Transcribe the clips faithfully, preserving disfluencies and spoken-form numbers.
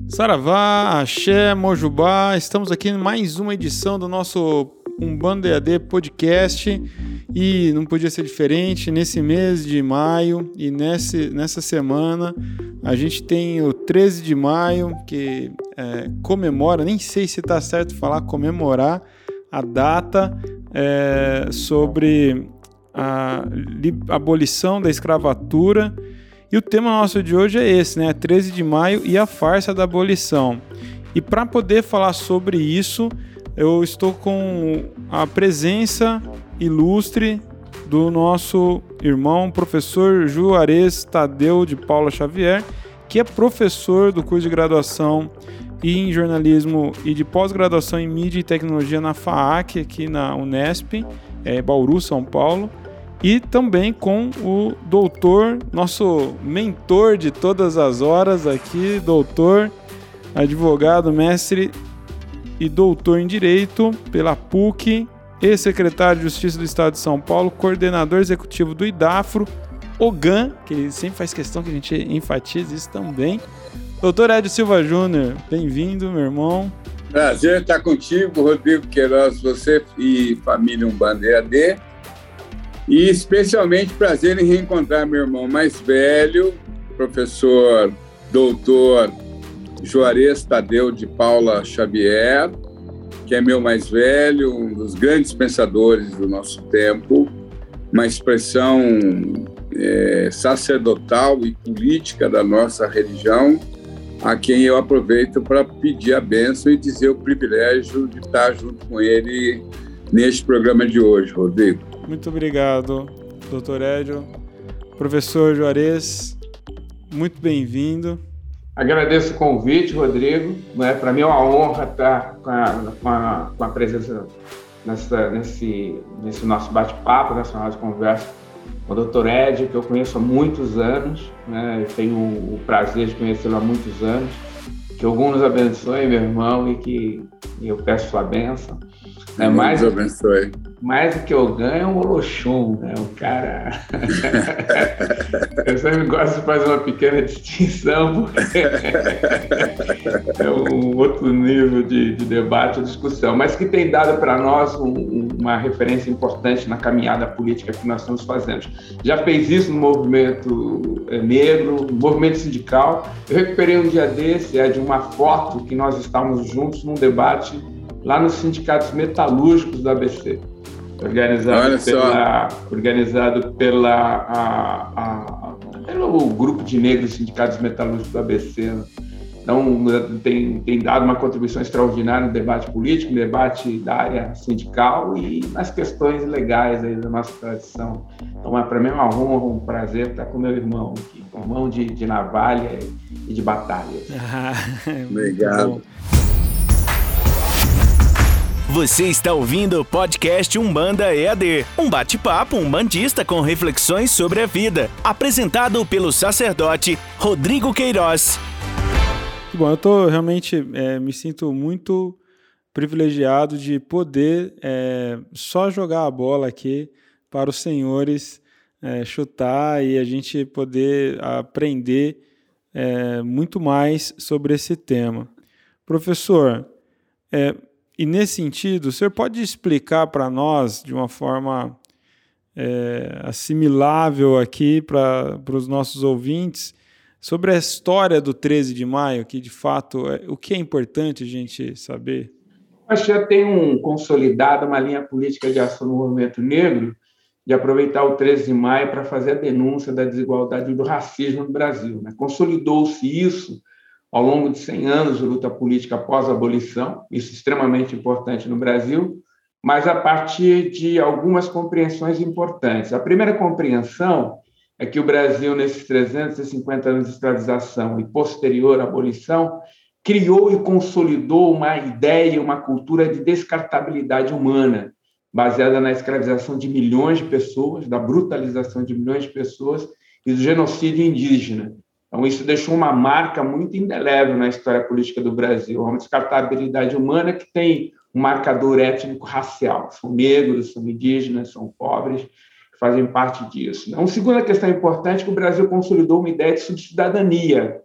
Saravá, Axé, Mojubá, estamos aqui em mais uma edição do nosso Umbanda E A D podcast e não podia ser diferente. Nesse mês de maio e nesse, nessa semana a gente tem o treze de maio que é, comemora, nem sei se está certo falar comemorar a data é, sobre a abolição da escravatura. E o tema nosso de hoje é esse, né? treze de maio e a farsa da abolição. E para poder falar sobre isso, eu estou com a presença ilustre do nosso irmão, professor Juarez Tadeu de Paula Xavier, que é professor do curso de graduação em jornalismo e de pós-graduação em mídia e tecnologia na FAAC, aqui na Unesp, é, Bauru, São Paulo. E também com o doutor, nosso mentor de todas as horas aqui, doutor, advogado, mestre e doutor em Direito pela P U C, ex-secretário de Justiça do Estado de São Paulo, coordenador executivo do IDAFRO, OGAN, que ele sempre faz questão que a gente enfatize isso também. Doutor Edio Silva Júnior, bem-vindo, meu irmão. Prazer estar contigo, Rodrigo Queiroz, você e família Umbanda E A D. E especialmente prazer em reencontrar meu irmão mais velho, professor doutor Juarez Tadeu de Paula Xavier, que é meu mais velho, um dos grandes pensadores do nosso tempo, uma expressão é, sacerdotal e política da nossa religião, a quem eu aproveito para pedir a bênção e dizer o privilégio de estar junto com ele neste programa de hoje, Rodrigo. Muito obrigado, doutor Edio. Professor Juarez, muito bem-vindo. Agradeço o convite, Rodrigo. Para mim é uma honra estar com a, com a, com a presença nessa, nesse, nesse nosso bate-papo, nessa nossa conversa com o doutor Edio, que eu conheço há muitos anos, né? Eu tenho o prazer de conhecê-lo há muitos anos. Que algum nos abençoe, meu irmão, e que eu peço sua bênção. É, mais, Deus abençoe. Mais do que eu ganho é um Oloxum, né? O cara... eu sempre gosto de fazer uma pequena distinção, porque é um outro nível de, de debate e discussão, mas que tem dado para nós um, uma referência importante na caminhada política que nós estamos fazendo. Já fez isso no movimento negro, no movimento sindical. Eu recuperei um dia desse, é de uma foto que nós estávamos juntos num debate lá nos sindicatos metalúrgicos do A B C, organizado pela, organizado pela a, a, pelo grupo de negros sindicatos metalúrgicos do A B C. Então, tem, tem dado uma contribuição extraordinária no debate político, no debate da área sindical e nas questões legais aí da nossa tradição. Então, para mim é uma honra, um prazer estar com meu irmão aqui, com mão de, de navalha e de batalha. Ah, obrigado. Você está ouvindo o podcast Umbanda E A D, um bate-papo umbandista com reflexões sobre a vida, apresentado pelo sacerdote Rodrigo Queiroz. Bom, eu tô realmente é, me sinto muito privilegiado de poder é, só jogar a bola aqui para os senhores é, chutar e a gente poder aprender é, muito mais sobre esse tema. Professor, é, e nesse sentido, o senhor pode explicar para nós, de uma forma é, assimilável aqui para os nossos ouvintes, sobre a história do treze de maio, que de fato, é, o que é importante a gente saber? Acho que já tem um consolidado uma linha política de ação no movimento negro de aproveitar o treze de maio para fazer a denúncia da desigualdade e do racismo no Brasil, né? Consolidou-se isso ao longo de cem anos de luta política após a abolição, isso é extremamente importante no Brasil, mas a partir de algumas compreensões importantes. A primeira compreensão é que o Brasil, nesses trezentos e cinquenta anos de escravização e posterior à abolição, criou e consolidou uma ideia, uma cultura de descartabilidade humana, baseada na escravização de milhões de pessoas, da brutalização de milhões de pessoas e do genocídio indígena. Então, isso deixou uma marca muito indelével na história política do Brasil, uma descartabilidade humana que tem um marcador étnico-racial. São negros, são indígenas, são pobres, que fazem parte disso. Uma segunda questão importante é que o Brasil consolidou uma ideia de subcidadania,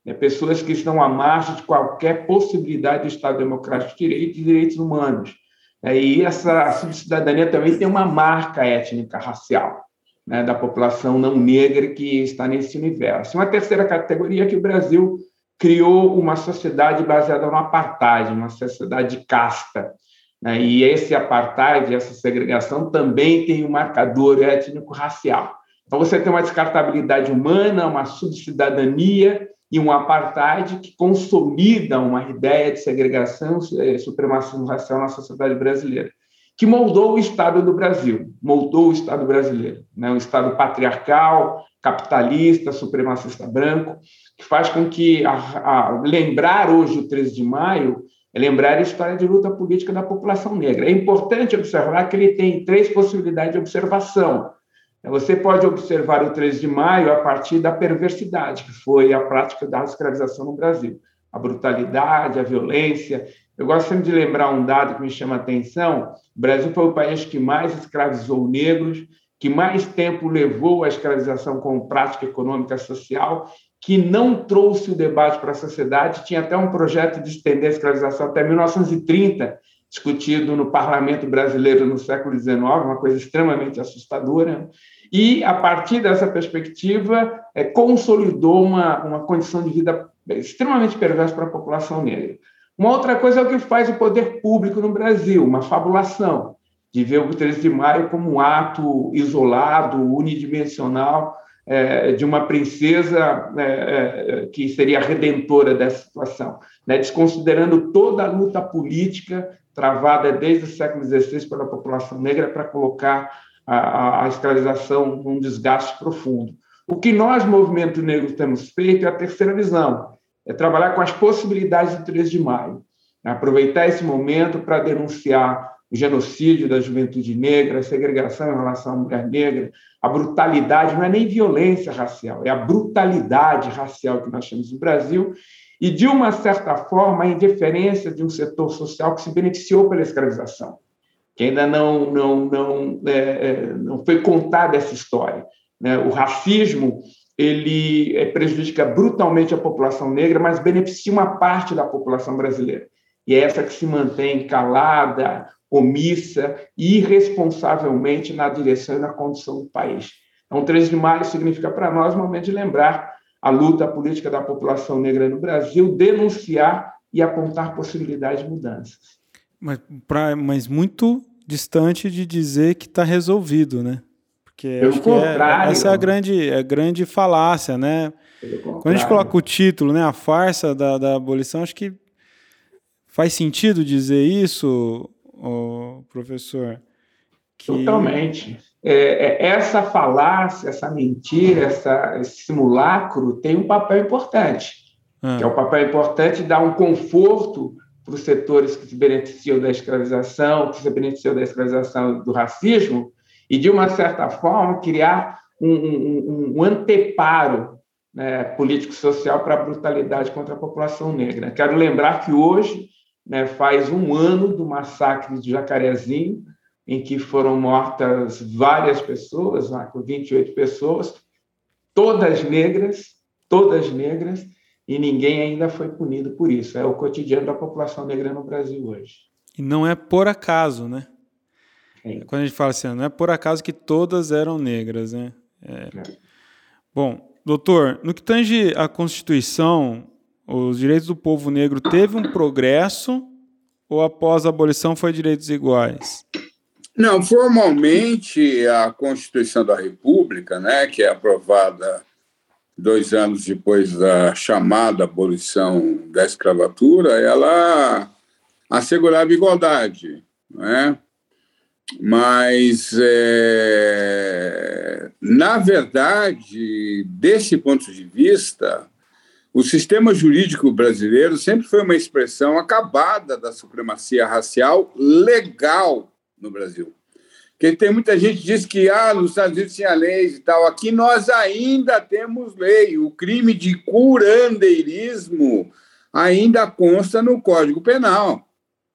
né? Pessoas que estão à margem de qualquer possibilidade do Estado Democrático de Direito e de direitos humanos. E essa subcidadania também tem uma marca étnica racial, né, da população não negra que está nesse universo. Uma terceira categoria é que o Brasil criou uma sociedade baseada no apartheid, uma sociedade de casta, né, e esse apartheid, essa segregação, também tem um marcador étnico-racial. Então, você tem uma descartabilidade humana, uma subcidadania e um apartheid que consolida uma ideia de segregação e supremacismo racial na sociedade brasileira, que moldou o Estado do Brasil, moldou o Estado brasileiro, né? Um Estado patriarcal, capitalista, supremacista branco, que faz com que a, a, lembrar hoje o treze de maio é lembrar a história de luta política da população negra. É importante observar que ele tem três possibilidades de observação. Você pode observar o treze de maio a partir da perversidade, que foi a prática da escravização no Brasil. A brutalidade, a violência. Eu gosto sempre de lembrar um dado que me chama a atenção. O Brasil foi o país que mais escravizou negros, que mais tempo levou a escravização como prática econômica e social, que não trouxe o debate para a sociedade. Tinha até um projeto de estender a escravização até mil novecentos e trinta, discutido no parlamento brasileiro no século dezenove, uma coisa extremamente assustadora. E, a partir dessa perspectiva, é, consolidou uma, uma condição de vida extremamente perversa para a população negra. Uma outra coisa é o que faz o poder público no Brasil, uma fabulação, de ver o treze de maio como um ato isolado, unidimensional, é, de uma princesa é, é, que seria redentora dessa situação, né? Desconsiderando toda a luta política travada desde o século dezesseis pela população negra para colocar a, a escravização num desgaste profundo. O que nós, movimento negro, temos feito é a terceira visão, é trabalhar com as possibilidades do treze de maio, né? Aproveitar esse momento para denunciar o genocídio da juventude negra, a segregação em relação à mulher negra, a brutalidade, não é nem violência racial, é a brutalidade racial que nós temos no Brasil e, de uma certa forma, a indiferença de um setor social que se beneficiou pela escravização, que ainda não, não, não, é, não foi contada essa história, né? O racismo ele prejudica brutalmente a população negra, mas beneficia uma parte da população brasileira. E é essa que se mantém calada, omissa e irresponsavelmente na direção e na condução do país. Então, treze de maio significa para nós um momento de lembrar a luta política da população negra no Brasil, denunciar e apontar possibilidades de mudanças. Mas, pra, mas muito distante de dizer que está resolvido, né? Porque Pelo acho que contrário, é, essa é a grande, é a grande falácia, né? Quando a gente coloca o título, né, a farsa da, da abolição, acho que faz sentido dizer isso, oh, professor? Que... Totalmente. É, é, essa falácia, essa mentira, essa, esse simulacro tem um papel importante, ah. que é o papel importante de dar um conforto para os setores que se beneficiam da escravização, que se beneficiam da escravização do racismo, e, de uma certa forma, criar um, um, um anteparo, né, político-social para a brutalidade contra a população negra. Quero lembrar que hoje, né, faz um ano do massacre de Jacarezinho, em que foram mortas várias pessoas, né, vinte e oito pessoas, todas negras, todas negras, e ninguém ainda foi punido por isso. É o cotidiano da população negra no Brasil hoje. E não é por acaso, né? Sim. Quando a gente fala assim, não é por acaso que todas eram negras, né? É. É. Bom, doutor, no que tange à Constituição, os direitos do povo negro teve um progresso ou após a abolição foi direitos iguais? Não, formalmente a Constituição da República, né, que é aprovada dois anos depois da chamada abolição da escravatura, ela assegurava igualdade, né? Mas, é, na verdade, desse ponto de vista, o sistema jurídico brasileiro sempre foi uma expressão acabada da supremacia racial legal no Brasil. Porque tem muita gente que diz que ah, nos Estados Unidos tinha leis e tal. Aqui nós ainda temos lei. O crime de curandeirismo ainda consta no Código Penal.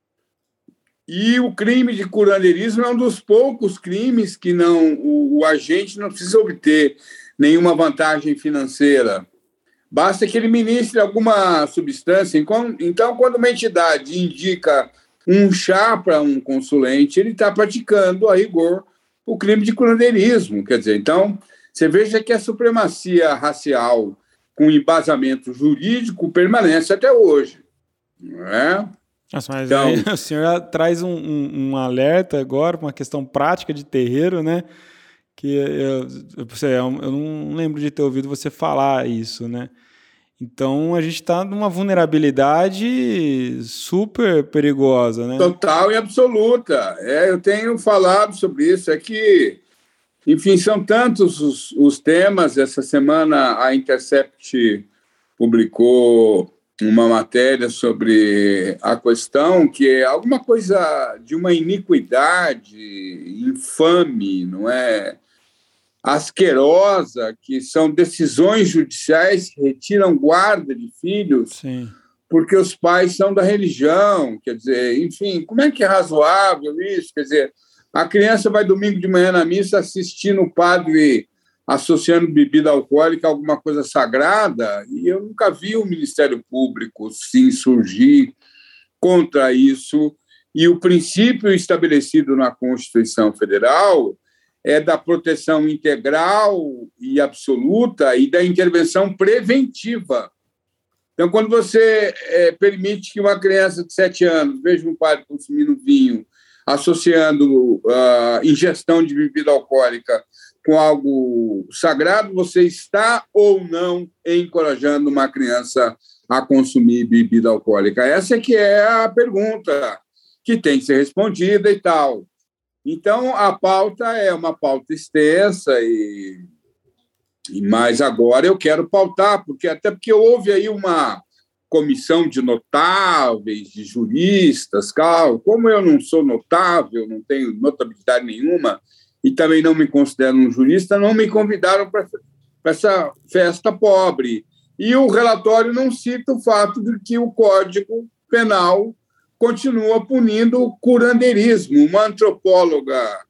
E o crime de curandeirismo é um dos poucos crimes que não, o, o agente não precisa obter nenhuma vantagem financeira basta que ele ministre alguma substância. Então, quando uma entidade indica um chá para um consulente, ele está praticando, a rigor, o crime de curandeirismo. Quer dizer, então, você veja que a supremacia racial com embasamento jurídico permanece até hoje. Não é? Nossa, mas então, aí o senhor traz um, um, um alerta agora, uma questão prática de terreiro, né? Que eu, eu, eu não lembro de ter ouvido você falar isso, né? Então, a gente está numa vulnerabilidade super perigosa, né? Total e absoluta. É, eu tenho falado sobre isso. É que, enfim, são tantos os, os temas. Essa semana, a Intercept publicou uma matéria sobre a questão, que é alguma coisa de uma iniquidade infame, não é? Asquerosa, que são decisões judiciais que retiram guarda de filhos. Sim. Porque os pais são da religião. Quer dizer, enfim, como é que é razoável isso? Quer dizer, a criança vai domingo de manhã na missa assistindo o padre associando bebida alcoólica a alguma coisa sagrada, e eu nunca vi o Ministério Público se insurgir contra isso. E o princípio estabelecido na Constituição Federal é da proteção integral e absoluta e da intervenção preventiva. Então, quando você é, permite que uma criança de sete anos veja um padre consumindo vinho, associando a uh, ingestão de bebida alcoólica com algo sagrado, você está ou não encorajando uma criança a consumir bebida alcoólica? Essa é que é a pergunta que tem que ser respondida e tal. Então, a pauta é uma pauta extensa, e, e mas agora eu quero pautar, porque até porque houve aí uma comissão de notáveis, de juristas, tal. Como eu não sou notável, não tenho notabilidade nenhuma, e também não me considero um jurista, não me convidaram para essa festa pobre. E o relatório não cita o fato de que o Código Penal continua punindo o curandeirismo. Uma antropóloga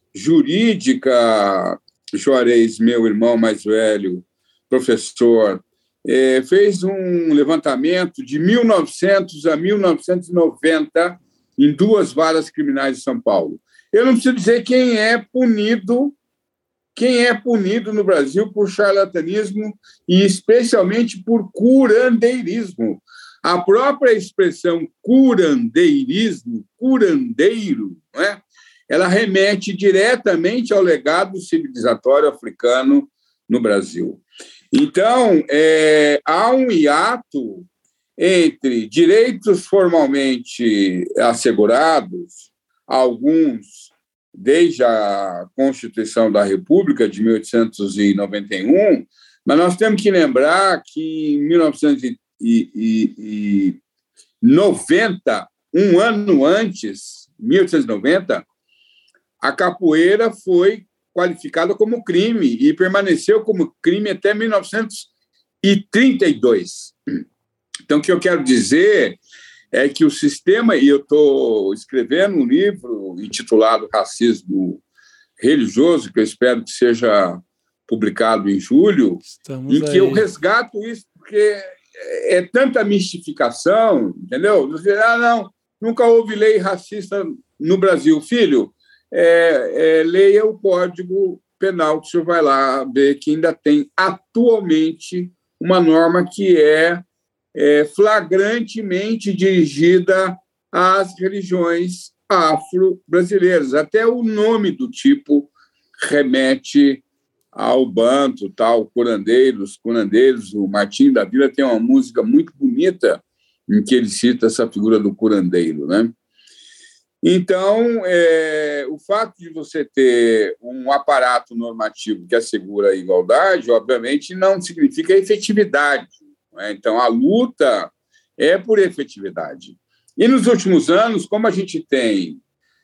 jurídica, Juarez, meu irmão mais velho, professor, eh, fez um levantamento de mil e novecentos a mil novecentos e noventa em duas varas criminais de São Paulo. Eu não preciso dizer quem é punido, quem é punido no Brasil por charlatanismo e especialmente por curandeirismo. A própria expressão curandeirismo, curandeiro, não é? Ela remete diretamente ao legado civilizatório africano no Brasil. Então, é, há um hiato entre direitos formalmente assegurados, alguns desde a Constituição da República de mil oitocentos e noventa e um, mas nós temos que lembrar que em mil novecentos e noventa, um ano antes, mil oitocentos e noventa, a capoeira foi qualificada como crime e permaneceu como crime até mil novecentos e trinta e dois. Então, o que eu quero dizer é que o sistema, e eu estou escrevendo um livro intitulado Racismo Religioso, que eu espero que seja publicado em julho, Estamos em aí. Que eu resgato isso, porque é tanta mistificação, entendeu? Você diz, ah, não, nunca houve lei racista no Brasil. Filho, é, é, leia o Código Penal, que o senhor vai lá ver que ainda tem atualmente uma norma que é, é flagrantemente dirigida às religiões afro-brasileiras. Até o nome do tipo remete ao banto, tal, curandeiros, curandeiros. O Martinho da Vila tem uma música muito bonita em que ele cita essa figura do curandeiro, né? Então, é, o fato de você ter um aparato normativo que assegura a igualdade, obviamente, não significa efetividade, né? Então, a luta é por efetividade. E nos últimos anos, como a gente tem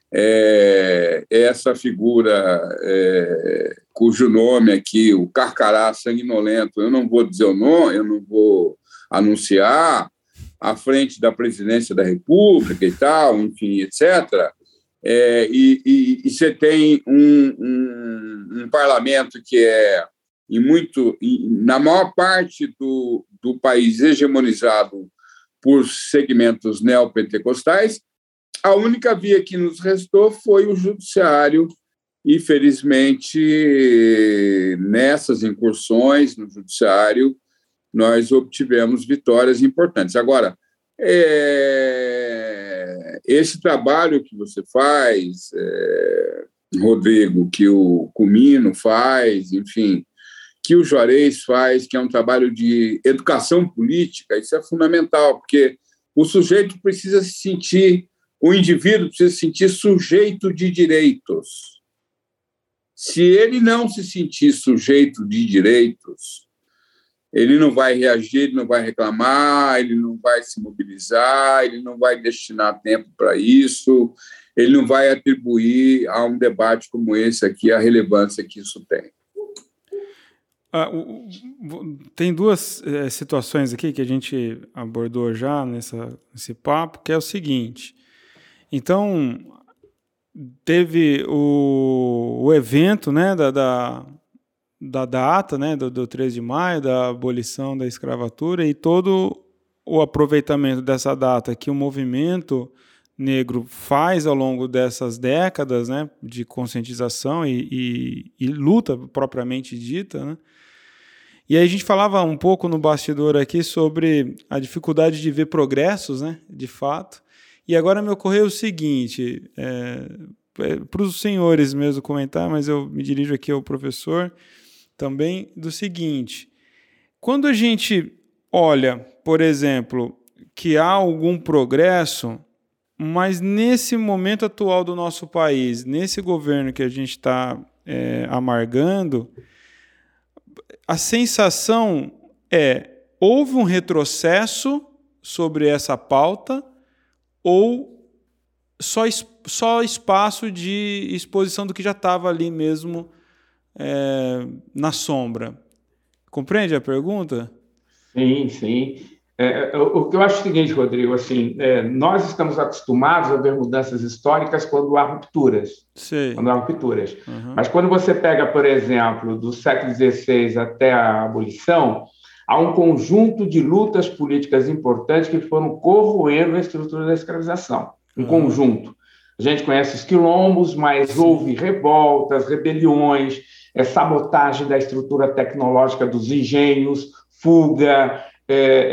é, essa figura é, cujo nome aqui, o Carcará Sanguinolento, eu não vou dizer o nome, eu não vou anunciar, à frente da presidência da República e tal, enfim, etcétera. É, e, e, e você tem um, um, um parlamento que é em muito, em, na maior parte do, do país hegemonizado por segmentos neopentecostais, a única via que nos restou foi o judiciário e, felizmente, nessas incursões no judiciário, nós obtivemos vitórias importantes. Agora, é, esse trabalho que você faz, é, Rodrigo, que o Comino faz, enfim, que o Juarez faz, que é um trabalho de educação política, isso é fundamental, porque o sujeito precisa se sentir, o indivíduo precisa se sentir sujeito de direitos. Se ele não se sentir sujeito de direitos, ele não vai reagir, ele não vai reclamar, ele não vai se mobilizar, ele não vai destinar tempo para isso, ele não vai atribuir a um debate como esse aqui a relevância que isso tem. Ah, o, o, tem duas é, situações aqui que a gente abordou já nessa, nesse papo, que é o seguinte. Então, teve o, o evento, né, da, da, da data, né, do, do três de maio, da abolição da escravatura, e todo o aproveitamento dessa data que o movimento negro faz ao longo dessas décadas, né, de conscientização e, e, e luta propriamente dita, né? E aí a gente falava um pouco no bastidor aqui sobre a dificuldade de ver progressos, né, de fato. E agora me ocorreu o seguinte, é, é, para os senhores mesmo comentar, mas eu me dirijo aqui ao professor também, do seguinte: quando a gente olha, por exemplo, que há algum progresso, mas nesse momento atual do nosso país, nesse governo que a gente está é, amargando, a sensação é, houve um retrocesso sobre essa pauta ou só, só espaço de exposição do que já estava ali mesmo é, na sombra? Compreende a pergunta? Sim, sim. É, o, o que eu acho é o seguinte, Rodrigo, assim, é, nós estamos acostumados a ver mudanças históricas quando há rupturas. Sim. Quando há rupturas. Uhum. Mas quando você pega, por exemplo, do século dezesseis até a abolição, há um conjunto de lutas políticas importantes que foram corroendo a estrutura da escravização. Um uhum. conjunto. A gente conhece os quilombos, mas Sim. houve revoltas, rebeliões, é, sabotagem da estrutura tecnológica dos engenhos, fuga, É,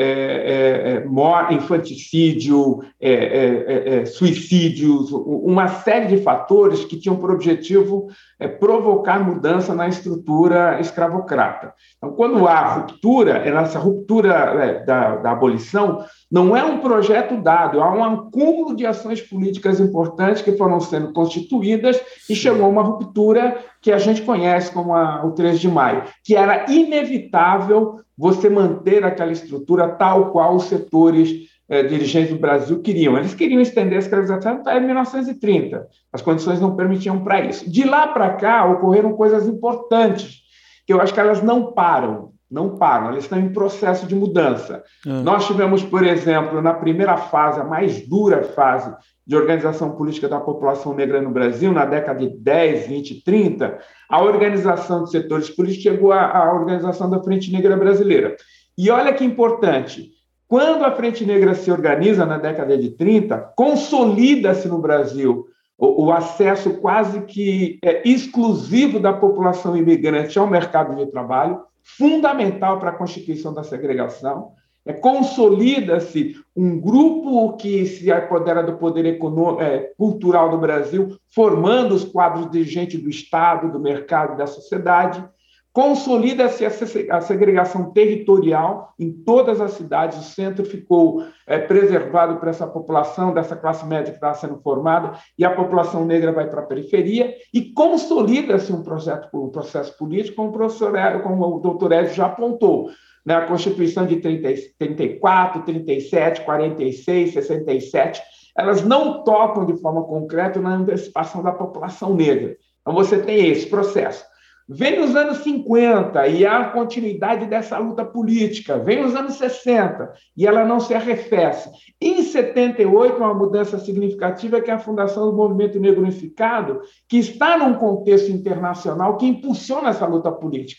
é, é, infanticídio, é, é, é, suicídios, uma série de fatores que tinham por objetivo é, provocar mudança na estrutura escravocrata. Então, quando há ruptura, essa ruptura é, da, da abolição não é um projeto dado, há um acúmulo de ações políticas importantes que foram sendo constituídas e chegou a uma ruptura que a gente conhece como a, o três de maio, que era inevitável você manter aquela estrutura tal qual os setores eh, dirigentes do Brasil queriam. Eles queriam estender a escravização até mil novecentos e trinta. As condições não permitiam para isso. De lá para cá, ocorreram coisas importantes, que eu acho que elas não param, não param, elas estão em processo de mudança. Hum. Nós tivemos, por exemplo, na primeira fase, a mais dura fase de organização política da população negra no Brasil, na década de dez, vinte, trinta, a organização de setores políticos chegou à, à organização da Frente Negra Brasileira. E olha que importante, quando a Frente Negra se organiza na década de trinta, consolida-se no Brasil o, o acesso quase que é, exclusivo da população imigrante ao mercado de trabalho, fundamental para a constituição da segregação. É, consolida-se um grupo que se apodera do poder econômico, é, cultural do Brasil, formando os quadros dirigentes do Estado, do mercado e da sociedade. Consolida-se a segregação territorial em todas as cidades. O centro ficou é, preservado para essa população, dessa classe média que estava sendo formada, e a população negra vai para a periferia. E consolida-se um, projeto, um processo político, como o, professor, como o doutor Ezio já apontou, na Constituição de trinta, trinta e quatro, trinta e sete, quarenta e seis, sessenta e sete, elas não tocam de forma concreta na emancipação da população negra. Então, você tem esse processo. Vem nos anos cinquenta e há a continuidade dessa luta política. Vem nos anos sessenta e ela não se arrefece. Em setenta e oito, uma mudança significativa que é a fundação do Movimento Negro Unificado, que está num contexto internacional que impulsiona essa luta política.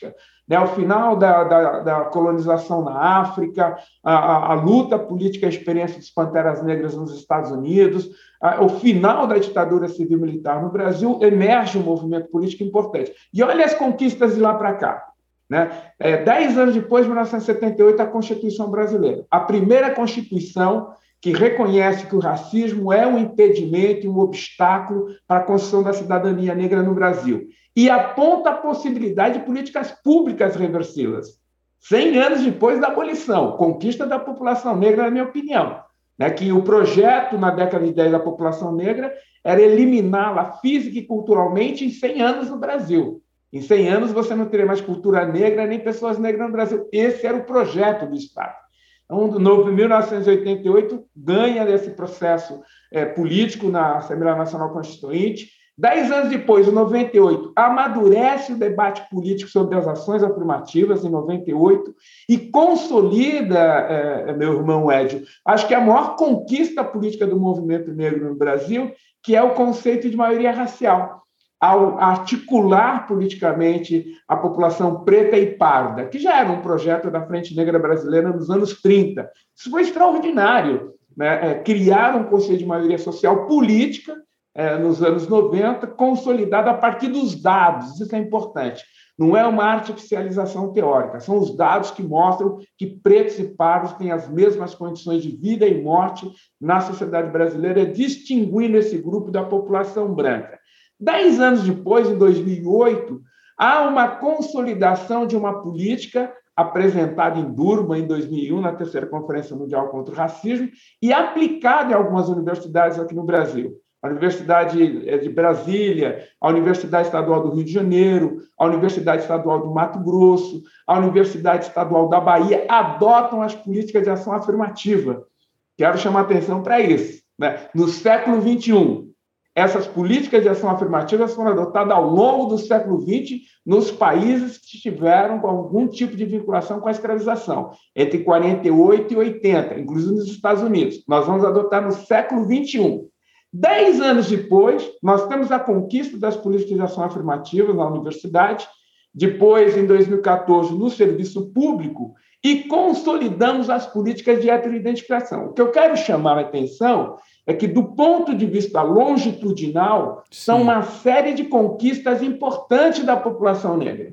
né, o final da, da, da colonização na África, a, a, a luta política, a experiência dos Panteras Negras nos Estados Unidos, a, o final da ditadura civil-militar no Brasil, emerge um movimento político importante. E olha as conquistas de lá para cá. Né? É, dez anos depois, de mil novecentos e setenta e oito, a Constituição Brasileira. A primeira Constituição que reconhece que o racismo é um impedimento e um obstáculo para a construção da cidadania negra no Brasil. E aponta a possibilidade de políticas públicas reversivas. cem anos depois da abolição, conquista da população negra, na minha opinião. Né? Que o projeto, na década de dez, da população negra era eliminá-la física e culturalmente em cem anos no Brasil. Em cem anos você não teria mais cultura negra nem pessoas negras no Brasil. Esse era o projeto do Estado. Então, no mil novecentos e oitenta e oito, ganha esse processo é, político na Assembleia Nacional Constituinte. Dez anos depois, em noventa e oito, amadurece o debate político sobre as ações afirmativas, em noventa e oito, e consolida, é, meu irmão Edio, acho que a maior conquista política do movimento negro no Brasil, que é o conceito de maioria racial, ao articular politicamente a população preta e parda, que já era um projeto da Frente Negra Brasileira nos anos trinta. Isso foi extraordinário, né? É, criar um conceito de maioria social política é, nos anos noventa, consolidado a partir dos dados, isso é importante. Não é uma artificialização teórica, são os dados que mostram que pretos e pardos têm as mesmas condições de vida e morte na sociedade brasileira, distinguindo esse grupo da população branca. Dez anos depois, em dois mil e oito, há uma consolidação de uma política apresentada em Durban, em dois mil e um, na terceira Conferência Mundial contra o Racismo, e aplicada em algumas universidades aqui no Brasil. A Universidade de Brasília, a Universidade Estadual do Rio de Janeiro, a Universidade Estadual do Mato Grosso, a Universidade Estadual da Bahia adotam as políticas de ação afirmativa. Quero chamar a atenção para isso. Né? No século vinte e um, essas políticas de ação afirmativa foram adotadas ao longo do século vinte nos países que tiveram algum tipo de vinculação com a escravização, entre quarenta e oito e oitenta, inclusive nos Estados Unidos. Nós vamos adotar no século vinte e um. Dez anos depois, nós temos a conquista das políticas de ação afirmativa na universidade, depois, em dois mil e quatorze, no serviço público, e consolidamos as políticas de heteroidentificação. O que eu quero chamar a atenção é que, do ponto de vista longitudinal, Sim. são uma série de conquistas importantes da população negra.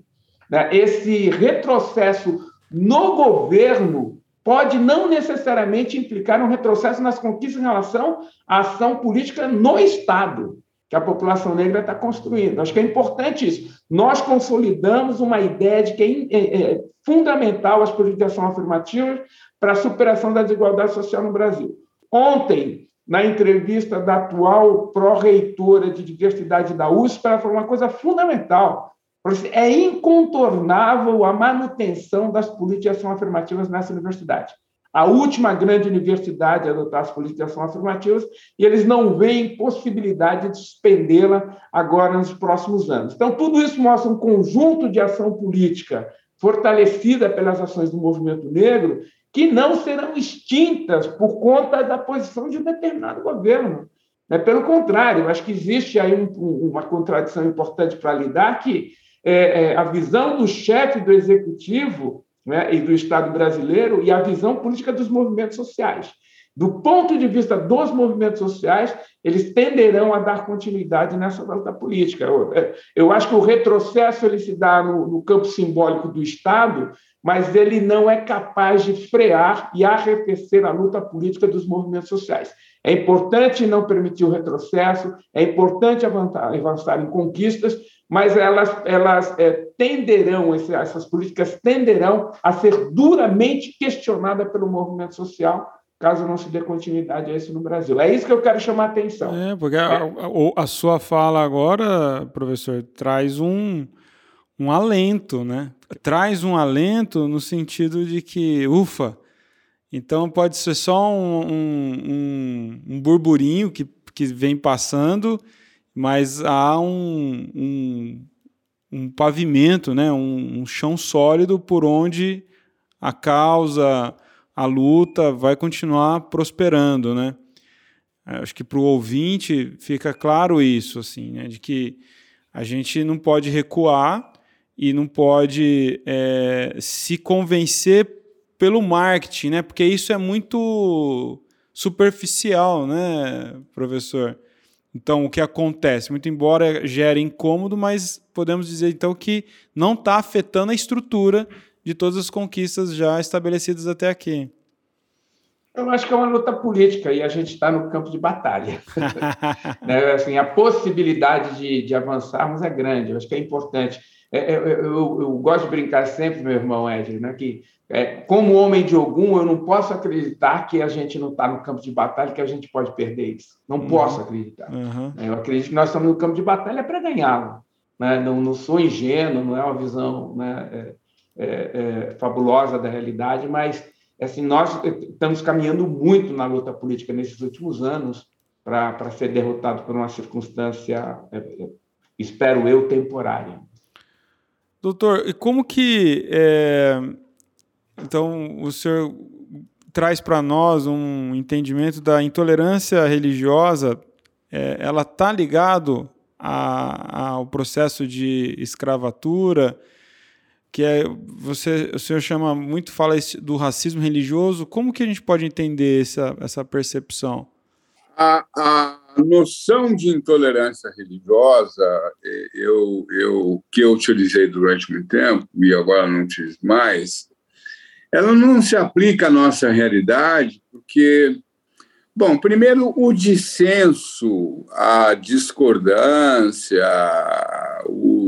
Esse retrocesso no governo pode não necessariamente implicar um retrocesso nas conquistas em relação à ação política no Estado, que a população negra está construindo. Acho que é importante isso. Nós consolidamos uma ideia de que é, é fundamental as políticas de ação afirmativas para a superação da desigualdade social no Brasil. Ontem, na entrevista da atual pró-reitora de diversidade da U S P, ela falou uma coisa fundamental. É incontornável a manutenção das políticas de ação afirmativas nessa universidade. A última grande universidade a adotar as políticas de ação afirmativas, e eles não veem possibilidade de suspendê-la agora nos próximos anos. Então, tudo isso mostra um conjunto de ação política fortalecida pelas ações do movimento negro, que não serão extintas por conta da posição de um determinado governo. Pelo contrário, acho que existe aí um, uma contradição importante para lidar, que é, é, a visão do chefe do executivo, né, e do Estado brasileiro, e a visão política dos movimentos sociais. Do ponto de vista dos movimentos sociais, eles tenderão a dar continuidade nessa luta política. Eu, eu acho que o retrocesso ele se dá no, no campo simbólico do Estado, mas ele não é capaz de frear e arrefecer a luta política dos movimentos sociais. É importante não permitir o retrocesso, é importante avançar, avançar em conquistas, mas elas, elas é, tenderão, essas políticas tenderão a ser duramente questionadas pelo movimento social, caso não se dê continuidade a isso no Brasil. É isso que eu quero chamar a atenção. É, porque a, a, a sua fala agora, professor, traz um, um alento, né? Traz um alento no sentido de que, ufa, então pode ser só um, um, um burburinho que, que vem passando, mas há um, um, um pavimento, né? um, um chão sólido por onde a causa, a luta vai continuar prosperando, né? Acho que para o ouvinte fica claro isso, assim, né? De que a gente não pode recuar e não pode é, se convencer pelo marketing, né? Porque isso é muito superficial, né, professor? Então, o que acontece? Muito embora gere incômodo, mas podemos dizer, então, que não está afetando a estrutura de todas as conquistas já estabelecidas até aqui. Eu acho que é uma luta política e a gente está no campo de batalha. Né? Assim, a possibilidade de, de avançarmos é grande, eu acho que é importante. É, eu, eu, eu gosto de brincar sempre, meu irmão Edson, né, que é, como homem de Ogum, eu não posso acreditar que a gente não está no campo de batalha, que a gente pode perder isso. Não uhum. posso acreditar. Uhum. Eu acredito que nós estamos no campo de batalha para ganhá-lo. Né? Não, não sou ingênuo, não é uma visão, né, é, é, é, fabulosa da realidade, mas assim, nós estamos caminhando muito na luta política nesses últimos anos para ser derrotado por uma circunstância, é, espero eu, temporária. Doutor, e como que... É... Então, o senhor traz para nós um entendimento da intolerância religiosa, é, ela está ligado a, ao processo de escravatura, que é, você, o senhor chama muito, fala do racismo religioso. Como que a gente pode entender essa, essa percepção? A, a noção de intolerância religiosa, eu, eu, que eu utilizei durante muito tempo, e agora não utilizo mais, ela não se aplica à nossa realidade, porque, bom, primeiro, o dissenso, a discordância, o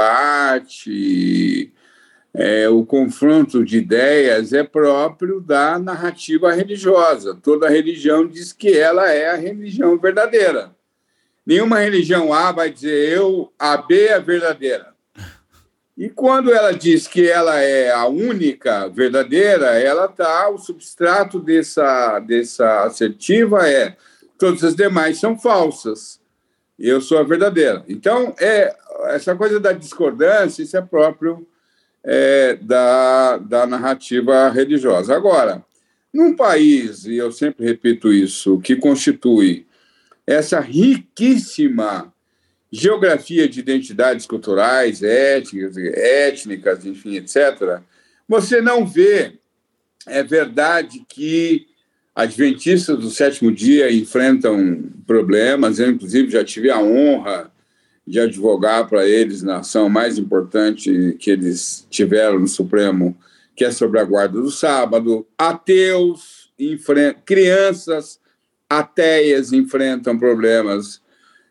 debate, é, o confronto de ideias é próprio da narrativa religiosa. Toda religião diz que ela é a religião verdadeira. Nenhuma religião A vai dizer eu, a B é verdadeira. E quando ela diz que ela é a única verdadeira, ela está, o substrato dessa, dessa assertiva é todas as demais são falsas, eu sou a verdadeira. Então, é, essa coisa da discordância, isso é próprio é, da, da narrativa religiosa. Agora, num país, e eu sempre repito isso, que constitui essa riquíssima geografia de identidades culturais, étnicas, étnicas, enfim, etcétera, você não vê, é verdade que adventistas do sétimo dia enfrentam problemas. Eu, inclusive, já tive a honra de advogar para eles na ação mais importante que eles tiveram no Supremo, que é sobre a guarda do sábado. Ateus, enfrentam, crianças ateias enfrentam problemas,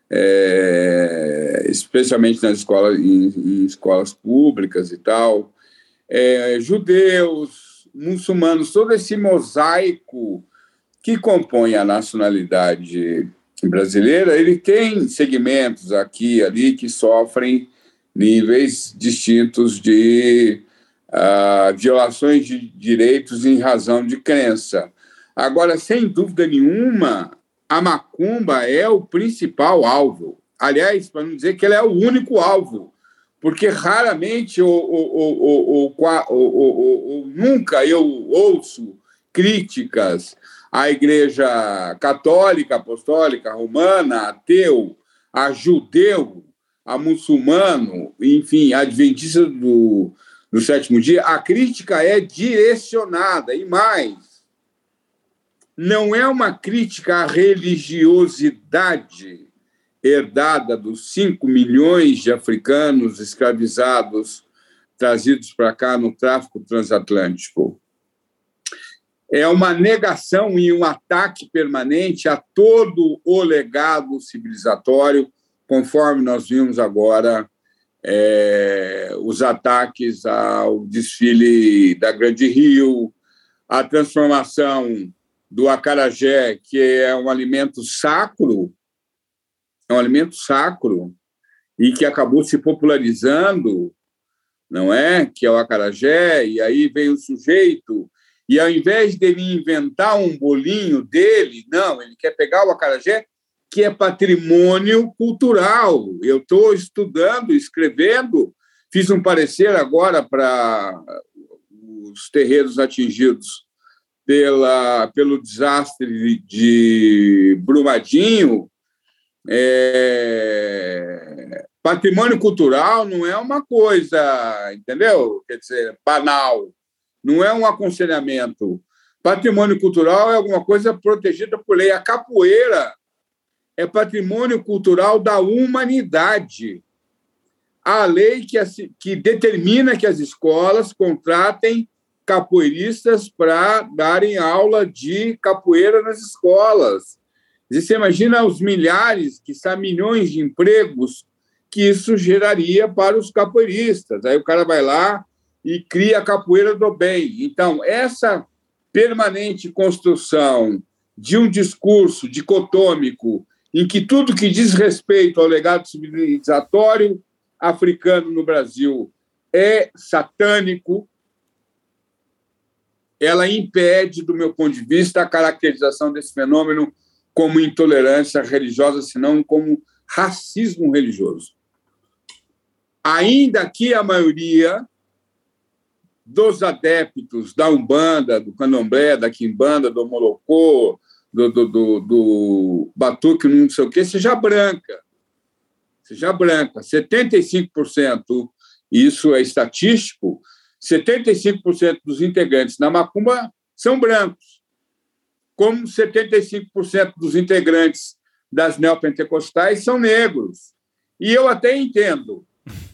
É, especialmente nas escolas, em, em escolas públicas e tal, é, judeus, muçulmanos, todo esse mosaico que compõe a nacionalidade brasileira, ele tem segmentos aqui e ali que sofrem níveis distintos de uh, violações de direitos em razão de crença. Agora, sem dúvida nenhuma, a macumba é o principal alvo. Aliás, para não dizer que ela é o único alvo, porque raramente ou, ou, ou, ou, ou, ou nunca eu ouço críticas à Igreja Católica, Apostólica, Romana, ateu, a judeu, a muçulmano, enfim, a adventista do, do sétimo dia. A crítica é direcionada, e mais, não é uma crítica à religiosidade herdada dos cinco milhões de africanos escravizados trazidos para cá no tráfico transatlântico. É uma negação e um ataque permanente a todo o legado civilizatório, conforme nós vimos agora é, os ataques ao desfile da Grande Rio, a transformação do acarajé, que é um alimento sacro, é um alimento sacro, e que acabou se popularizando, não é? Que é o acarajé, e aí veio o sujeito, e ao invés dele inventar um bolinho dele, não, ele quer pegar o acarajé, que é patrimônio cultural. Eu estou estudando, escrevendo, fiz um parecer agora para os terreiros atingidos Pela, pelo desastre de Brumadinho, é, Patrimônio cultural não é uma coisa, entendeu? Quer dizer, banal. Não é um aconselhamento. Patrimônio cultural é alguma coisa protegida por lei. A capoeira é patrimônio cultural da humanidade. Há lei que, que determina que as escolas contratem capoeiristas para darem aula de capoeira nas escolas. E você imagina os milhares, que são milhões de empregos que isso geraria para os capoeiristas. Aí o cara vai lá e cria a capoeira do bem. Então, essa permanente construção de um discurso dicotômico em que tudo que diz respeito ao legado civilizatório africano no Brasil é satânico, ela impede, do meu ponto de vista, a caracterização desse fenômeno como intolerância religiosa, senão como racismo religioso. Ainda que a maioria dos adeptos da Umbanda, do Candomblé, da Quimbanda, do Molocô, do, do, do, do Batuque, não sei o quê, seja branca. Seja branca. setenta e cinco por cento, isso é estatístico, setenta e cinco por cento dos integrantes da Macumba são brancos, como setenta e cinco por cento dos integrantes das neopentecostais são negros. E eu até entendo.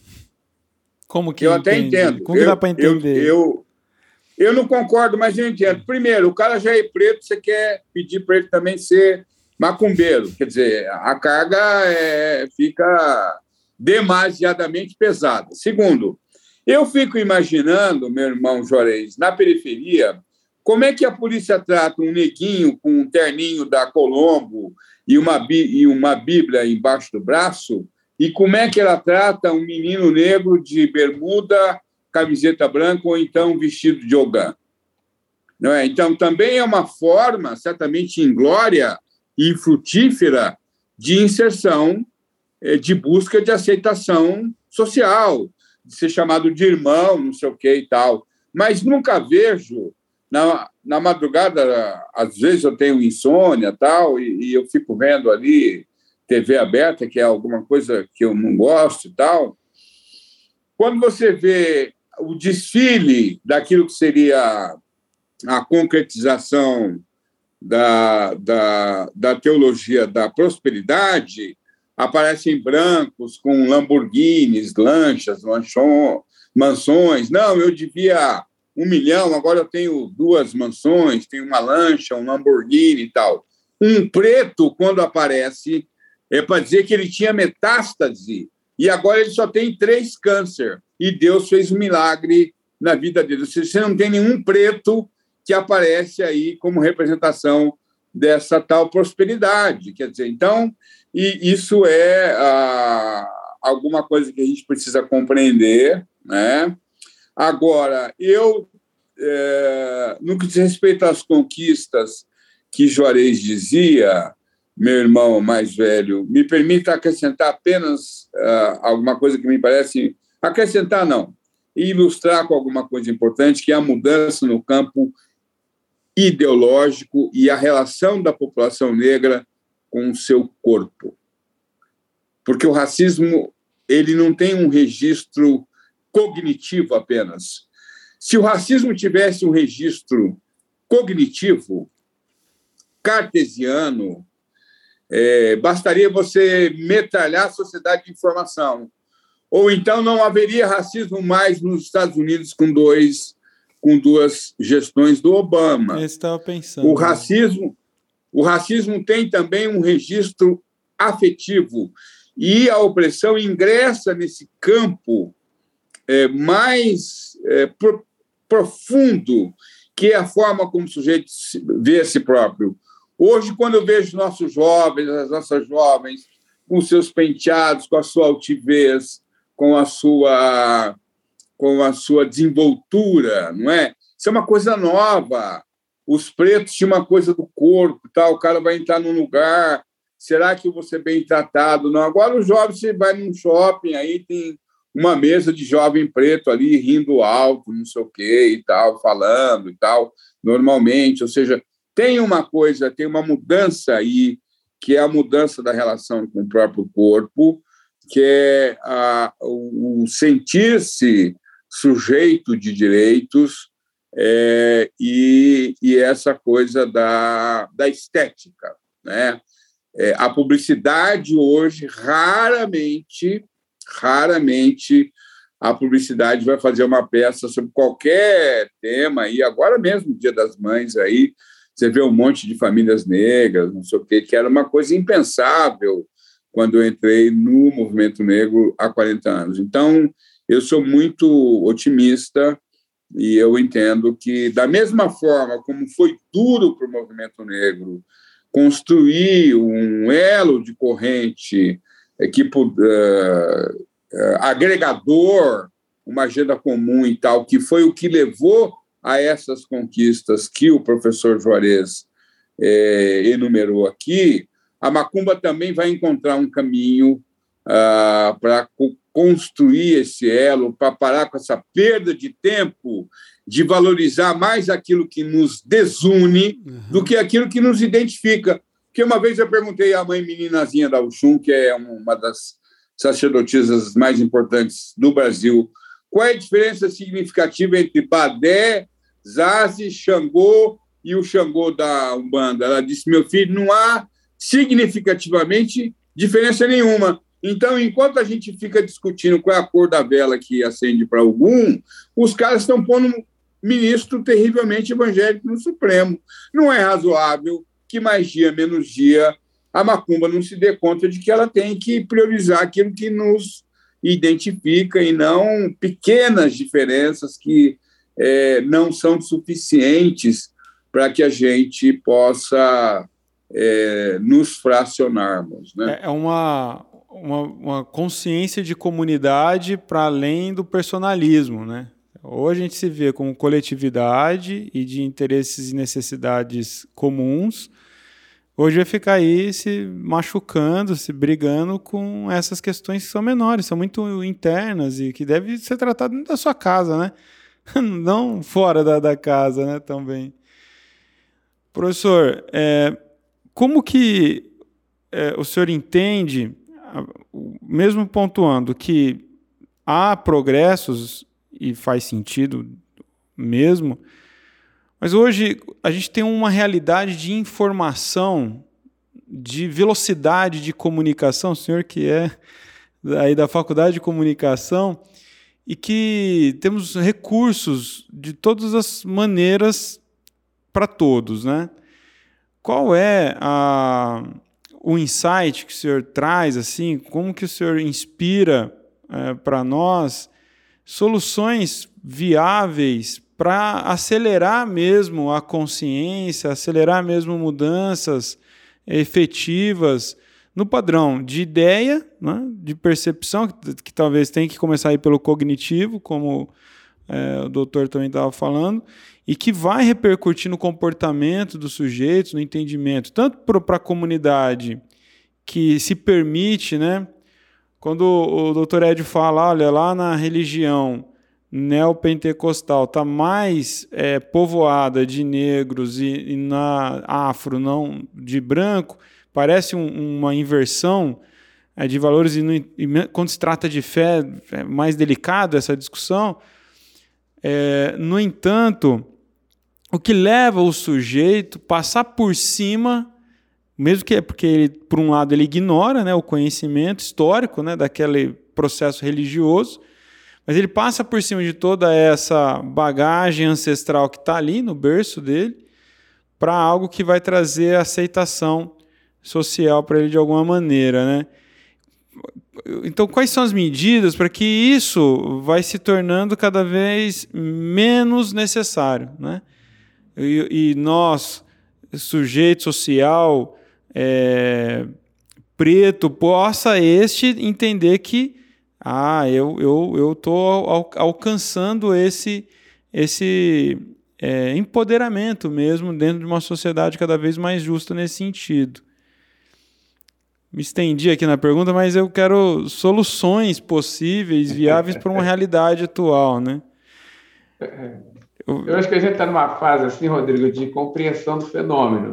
Como que eu até entende? entendo. Como que eu, dá para entender? Eu, eu, eu não concordo, mas eu entendo. Primeiro, o cara já é preto, você quer pedir para ele também ser macumbeiro. Quer dizer, a carga é, fica demasiadamente pesada. Segundo, eu fico imaginando, meu irmão Juarez, na periferia, como é que a polícia trata um neguinho com um terninho da Colombo e uma, e uma Bíblia embaixo do braço, e como é que ela trata um menino negro de bermuda, camiseta branca ou então vestido de ogã? Não é? Então, também é uma forma, certamente inglória e frutífera, de inserção, de busca de aceitação social, de ser chamado de irmão, não sei o que e tal. Mas nunca vejo, na, na madrugada, às vezes eu tenho insônia tal, e, e eu fico vendo ali T V aberta, que é alguma coisa que eu não gosto e tal. Quando você vê o desfile daquilo que seria a concretização da, da, da teologia da prosperidade, aparecem brancos com Lamborghinis, lanchas, lanchon, mansões. Não, eu devia um milhão, agora eu tenho duas mansões, tenho uma lancha, um Lamborghini e tal. Um preto, quando aparece, é para dizer que ele tinha metástase e agora ele só tem três câncer. E Deus fez um milagre na vida dele. Você não tem nenhum preto que aparece aí como representação dessa tal prosperidade. Quer dizer, então, e isso é ah, alguma coisa que a gente precisa compreender, né? Agora, eu, é, no que diz respeito às conquistas que Juarez dizia, meu irmão mais velho, me permita acrescentar apenas uh, alguma coisa que me parece... Acrescentar, não. E ilustrar com alguma coisa importante, que é a mudança no campo ideológico e a relação da população negra com o seu corpo. Porque o racismo ele não tem um registro cognitivo apenas. Se o racismo tivesse um registro cognitivo, cartesiano, É, bastaria você metralhar a sociedade de informação. Ou então não haveria racismo mais nos Estados Unidos com, dois, com duas gestões do Obama. Eu estava pensando. O racismo, o racismo tem também um registro afetivo e a opressão ingressa nesse campo é, mais é, pro, profundo, que é a forma como o sujeito vê a si próprio. Hoje, quando eu vejo nossos jovens, as nossas jovens, com seus penteados, com a sua altivez, com a sua, com a sua desenvoltura, não é? Isso é uma coisa nova. Os pretos tinham uma coisa do corpo, tal. O cara vai entrar num lugar, será que eu vou ser bem tratado? Não. Agora, os jovens, você vai num shopping, aí tem uma mesa de jovem preto ali, rindo alto, não sei o quê e tal, falando e tal, normalmente, ou seja... Tem uma coisa, tem uma mudança aí, que é a mudança da relação com o próprio corpo, que é a, o, o sentir-se sujeito de direitos é, e, e essa coisa da, da estética, né? É, a publicidade hoje, raramente, raramente, a publicidade vai fazer uma peça sobre qualquer tema, e agora mesmo, Dia das Mães, aí, você vê um monte de famílias negras, não sei o quê, que era uma coisa impensável quando eu entrei no movimento negro há quarenta anos. Então, eu sou muito otimista e eu entendo que, da mesma forma como foi duro para o movimento negro construir um elo de corrente que, uh, uh, agregador, uma agenda comum e tal, que foi o que levou a essas conquistas que o professor Juarez eh, enumerou aqui, a macumba também vai encontrar um caminho uh, para co- construir esse elo, para parar com essa perda de tempo, de valorizar mais aquilo que nos desune uhum. do que aquilo que nos identifica. Porque uma vez eu perguntei à mãe meninazinha da Oxum, que é uma das sacerdotisas mais importantes do Brasil, qual é a diferença significativa entre Badé, Zaze, Xangô e o Xangô da Umbanda? Ela disse, meu filho, não há significativamente diferença nenhuma. Então, enquanto a gente fica discutindo qual é a cor da vela que acende para algum, os caras estão pondo um ministro terrivelmente evangélico no Supremo. Não é razoável que mais dia, menos dia, a macumba não se dê conta de que ela tem que priorizar aquilo que nos identifica e não pequenas diferenças que é, não são suficientes para que a gente possa é, nos fracionarmos. Né? É uma, uma, uma consciência de comunidade para além do personalismo, né? Hoje a gente se vê como coletividade e de interesses e necessidades comuns. Hoje vai ficar aí se machucando, se brigando com essas questões que são menores, são muito internas e que devem ser tratadas dentro da sua casa, né? Não fora da, da casa, né? Também. Professor, é, como que é, o senhor entende, mesmo pontuando que há progressos e faz sentido mesmo, mas hoje a gente tem uma realidade de informação, de velocidade de comunicação, o senhor que é aí da Faculdade de Comunicação, e que temos recursos de todas as maneiras para todos, né? Qual é a, o insight que o senhor traz, assim, como que o senhor inspira é, para nós soluções viáveis para acelerar mesmo a consciência, acelerar mesmo mudanças efetivas no padrão de ideia, né, de percepção, que, que talvez tenha que começar aí pelo cognitivo, como é, o doutor também estava falando, e que vai repercutir no comportamento dos sujeitos, no entendimento, tanto para a comunidade que se permite, né, quando o doutor Edio fala, olha, lá na religião neopentecostal está mais é, povoada de negros e, e na afro não de branco, parece um, uma inversão é, de valores e, no, e quando se trata de fé é mais delicado essa discussão. É, no entanto, o que leva o sujeito a passar por cima, mesmo que é porque ele, por um lado ele ignora, né, o conhecimento histórico, né, daquele processo religioso, mas ele passa por cima de toda essa bagagem ancestral que está ali no berço dele para algo que vai trazer aceitação social para ele de alguma maneira, né? Então, quais são as medidas para que isso vai se tornando cada vez menos necessário, né? E, e nós, sujeito social é, preto, possa este entender que Ah, eu eu eu estou al- alcançando esse, esse é, empoderamento mesmo dentro de uma sociedade cada vez mais justa nesse sentido. Me estendi aqui na pergunta, mas eu quero soluções possíveis, viáveis para uma realidade atual, né? Eu, eu acho que a gente está numa fase assim, Rodrigo, de compreensão do fenômeno.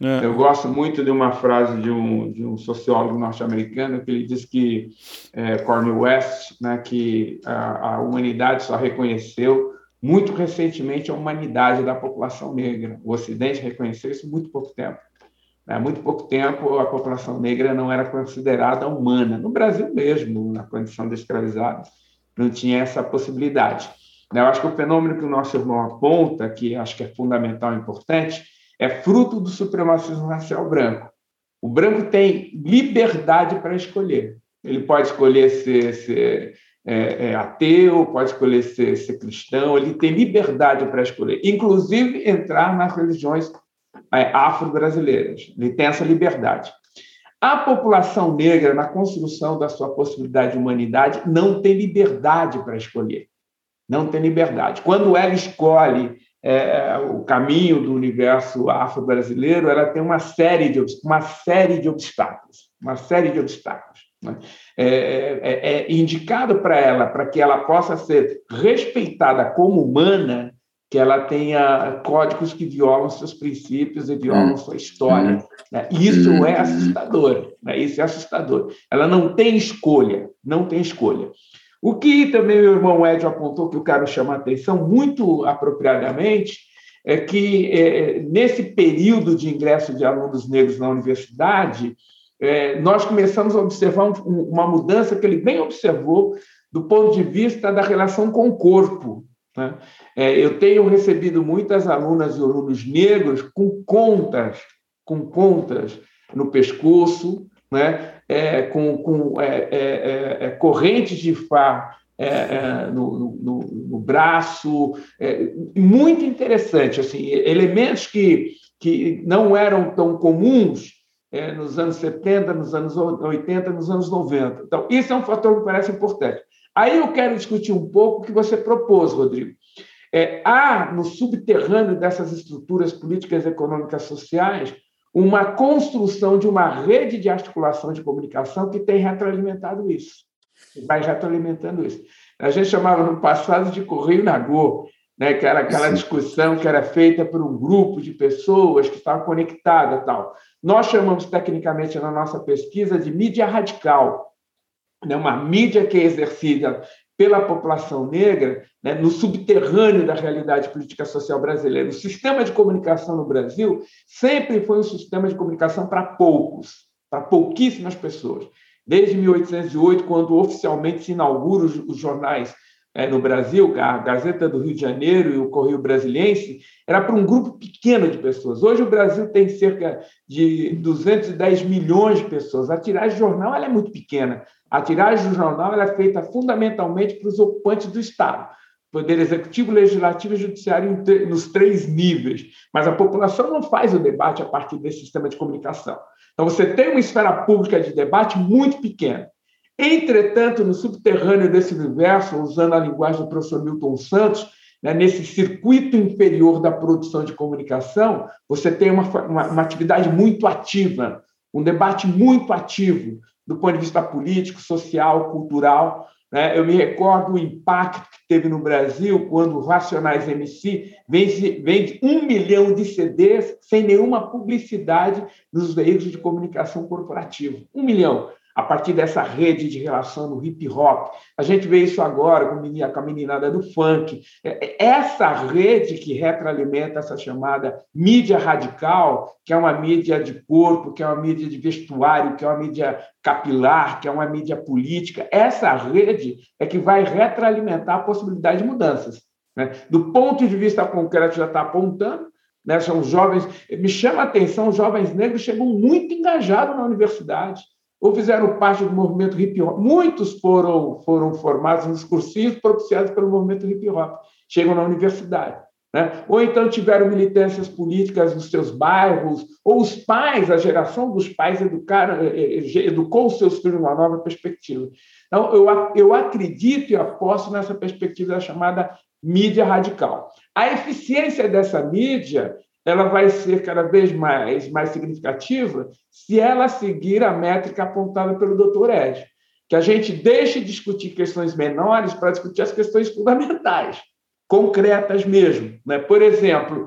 É. Eu gosto muito de uma frase de um, de um sociólogo norte-americano que ele diz que, é, Cornel West, né, que a, a humanidade só reconheceu muito recentemente a humanidade da população negra. O Ocidente reconheceu isso há muito pouco tempo. Há muito pouco tempo, a população negra não era considerada humana. No Brasil mesmo, na condição de escravizado, não tinha essa possibilidade. Eu acho que o fenômeno que o nosso irmão aponta, que acho que é fundamental e importante, é fruto do supremacismo racial branco. O branco tem liberdade para escolher. Ele pode escolher ser, ser é, é, ateu, pode escolher ser, ser cristão, ele tem liberdade para escolher, inclusive entrar nas religiões é, afro-brasileiras. Ele tem essa liberdade. A população negra, na construção da sua possibilidade de humanidade, não tem liberdade para escolher. Não tem liberdade. Quando ela escolhe É, o caminho do universo afro-brasileiro, ela tem uma série de, uma série de obstáculos, uma série de obstáculos. Né? É, é, é indicado para ela, para que ela possa ser respeitada como humana, que ela tenha códigos que violam seus princípios e violam sua história. Né? Isso é assustador. Né? Isso é assustador. Ela não tem escolha, não tem escolha. O que também meu irmão Edio apontou, que eu quero chamar a atenção muito apropriadamente, é que, é, nesse período de ingresso de alunos negros na universidade, é, nós começamos a observar um, uma mudança que ele bem observou do ponto de vista da relação com o corpo. Né? É, eu tenho recebido muitas alunas e alunos negros com contas, com contas no pescoço, né? É, com, com é, é, é, correntes de Fá é, é, no, no, no braço, é, muito interessante, assim, elementos que, que não eram tão comuns é, nos anos setenta, nos anos oitenta, nos anos noventa. Então, isso é um fator que me parece importante. Aí eu quero discutir um pouco o que você propôs, Rodrigo. É, há, no subterrâneo dessas estruturas políticas, econômicas, sociais, uma construção de uma rede de articulação de comunicação que tem retroalimentado isso, vai retroalimentando isso. A gente chamava no passado de Correio Nagô, né, que era aquela discussão que era feita por um grupo de pessoas que estavam conectadas. Tal. Nós chamamos tecnicamente na nossa pesquisa de mídia radical, né, uma mídia que é exercida pela população negra, né, no subterrâneo da realidade política social brasileira. O sistema de comunicação no Brasil sempre foi um sistema de comunicação para poucos, para pouquíssimas pessoas. Desde mil oitocentos e oito, quando oficialmente se inauguram os, os jornais é, no Brasil, a Gazeta do Rio de Janeiro e o Correio Brasiliense, era para um grupo pequeno de pessoas. Hoje o Brasil tem cerca de duzentos e dez milhões de pessoas. A tiragem de jornal ela é muito pequena. A tiragem do jornal ela é feita fundamentalmente para os ocupantes do Estado, Poder Executivo, Legislativo e Judiciário nos três níveis. Mas a população não faz o debate a partir desse sistema de comunicação. Então, você tem uma esfera pública de debate muito pequena. Entretanto, no subterrâneo desse universo, usando a linguagem do professor Milton Santos, né, nesse circuito inferior da produção de comunicação, você tem uma, uma, uma atividade muito ativa, um debate muito ativo, do ponto de vista político, social, cultural. Né? Eu me recordo o impacto que teve no Brasil quando o Racionais M C vende, vende um milhão de C Ds sem nenhuma publicidade nos veículos de comunicação corporativa. Um milhão. A partir dessa rede de relação no hip-hop. A gente vê isso agora com a meninada do funk. Essa rede que retroalimenta essa chamada mídia radical, que é uma mídia de corpo, que é uma mídia de vestuário, que é uma mídia capilar, que é uma mídia política, essa rede é que vai retroalimentar a possibilidade de mudanças. Né? Do ponto de vista concreto, já está apontando, né? São jovens... Me chama a atenção, os jovens negros chegam muito engajados na universidade, ou fizeram parte do movimento hip-hop. Muitos foram, foram formados nos cursinhos propiciados pelo movimento hip-hop. Chegam na universidade. Né? Ou então tiveram militâncias políticas nos seus bairros, ou os pais, a geração dos pais educaram, educou os seus filhos numa nova perspectiva. Então, eu, eu acredito e aposto nessa perspectiva da chamada mídia radical. A eficiência dessa mídia ela vai ser cada vez mais, mais significativa se ela seguir a métrica apontada pelo doutor Ed, que a gente deixe de discutir questões menores para discutir as questões fundamentais, concretas mesmo. Né? Por exemplo,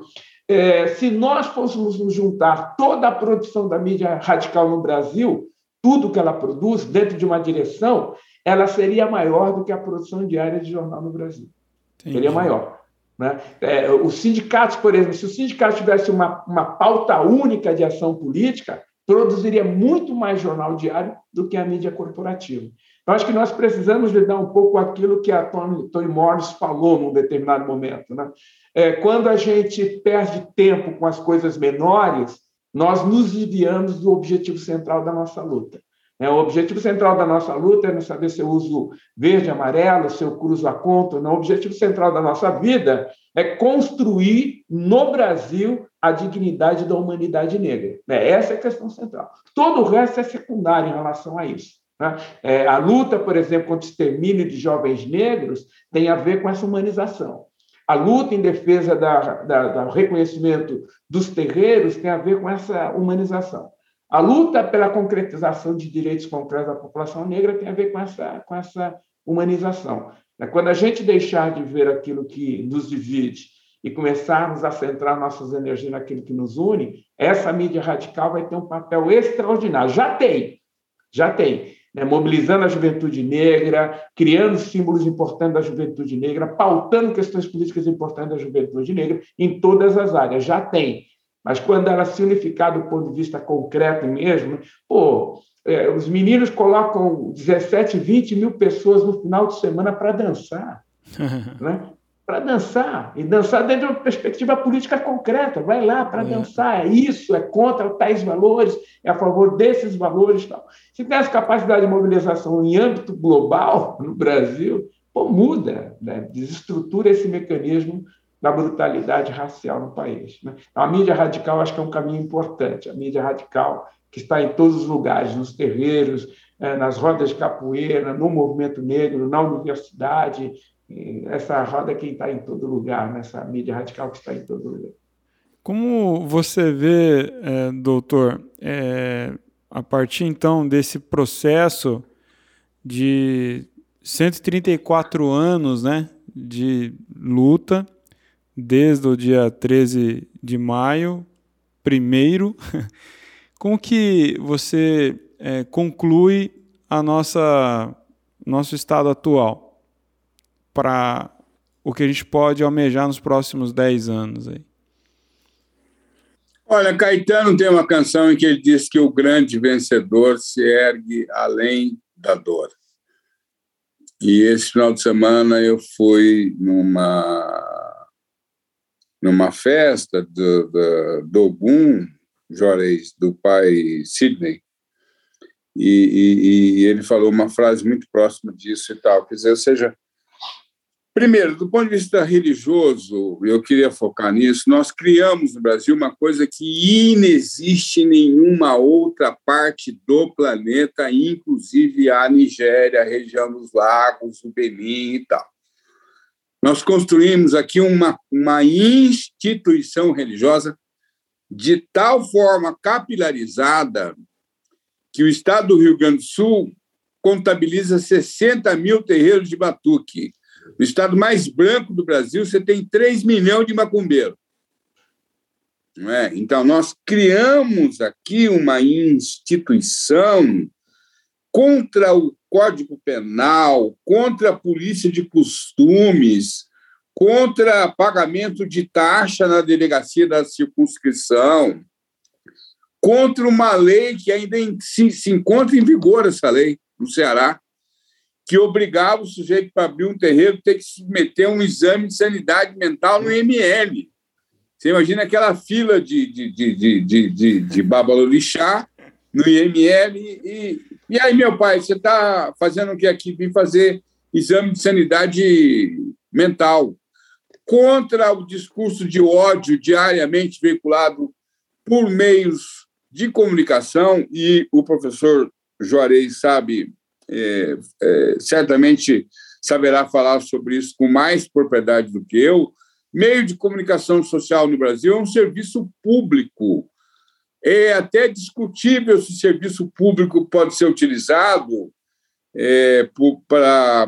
É, se nós fôssemos nos juntar toda a produção da mídia radical no Brasil, tudo que ela produz dentro de uma direção, ela seria maior do que a produção diária de jornal no Brasil. Entendi. Seria maior. Né? É, os sindicatos, por exemplo, se o sindicato tivesse uma, uma pauta única de ação política, produziria muito mais jornal diário do que a mídia corporativa. Então, acho que nós precisamos lidar um pouco com aquilo que a Toni, Toni Morris falou num determinado momento. Né? É, quando a gente perde tempo com as coisas menores, nós nos desviamos do objetivo central da nossa luta. É, o objetivo central da nossa luta é não saber se eu uso verde, amarelo, se eu cruzo a conta. Não. O objetivo central da nossa vida é construir no Brasil a dignidade da humanidade negra. É, essa é a questão central. Todo o resto é secundário em relação a isso. Né? É, a luta, por exemplo, contra o extermínio de jovens negros tem a ver com essa humanização. A luta em defesa da, da, do reconhecimento dos terreiros tem a ver com essa humanização. A luta pela concretização de direitos concretos da população negra tem a ver com essa, com essa humanização. Quando a gente deixar de ver aquilo que nos divide e começarmos a centrar nossas energias naquilo que nos une, essa mídia radical vai ter um papel extraordinário. Já tem, já tem. Né? Mobilizando a juventude negra, criando símbolos importantes da juventude negra, pautando questões políticas importantes da juventude negra em todas as áreas. Já tem. Mas quando ela se unificar do ponto de vista concreto mesmo, pô, é, os meninos colocam dezessete, vinte mil pessoas no final de semana para dançar. Né? Para dançar. E dançar dentro de uma perspectiva política concreta. Vai lá para é. dançar. É isso, é contra tais valores, é a favor desses valores. Tal. Se tem essa capacidade de mobilização em âmbito global no Brasil, pô, muda, né? Desestrutura esse mecanismo da brutalidade racial no país. Né? A mídia radical acho que é um caminho importante. A mídia radical que está em todos os lugares, nos terreiros, nas rodas de capoeira, no movimento negro, na universidade. Essa roda que está em todo lugar, né? Essa mídia radical que está em todo lugar. Como você vê, é, doutor, é, a partir então desse processo de cento e trinta e quatro anos, né, de luta, desde o dia treze de maio, primeiro, como que você é, conclui a nossa nosso estado atual para o que a gente pode almejar nos próximos dez anos aí? Olha, Caetano tem uma canção em que ele diz que o grande vencedor se ergue além da dor. E esse final de semana eu fui numa numa festa do, do, do Ogum, Juarez, do pai Sidney, e, e, e ele falou uma frase muito próxima disso e tal. Quer dizer, ou seja, primeiro, do ponto de vista religioso, eu queria focar nisso, nós criamos no Brasil uma coisa que inexiste em nenhuma outra parte do planeta, inclusive a Nigéria, a região dos lagos, o Benin e tal. Nós construímos aqui uma, uma instituição religiosa de tal forma capilarizada que o estado do Rio Grande do Sul contabiliza sessenta mil terreiros de batuque. No estado mais branco do Brasil, você tem três milhões de macumbeiros. Não é? Então, nós criamos aqui uma instituição contra o Código Penal, contra a polícia de costumes, contra pagamento de taxa na delegacia da circunscrição, contra uma lei que ainda se, se encontra em vigor, essa lei, no Ceará, que obrigava o sujeito para abrir um terreiro ter que submeter um exame de sanidade mental no I M L. Você imagina aquela fila de, de, de, de, de, de, de babalorixá no I M L. E, e aí, meu pai, você está fazendo o que aqui? Vim fazer exame de sanidade mental. Contra o discurso de ódio diariamente veiculado por meios de comunicação, e o professor Juarez sabe, é, é, certamente saberá falar sobre isso com mais propriedade do que eu. Meio de comunicação social no Brasil é um serviço público. É até discutível se o serviço público pode ser utilizado é, para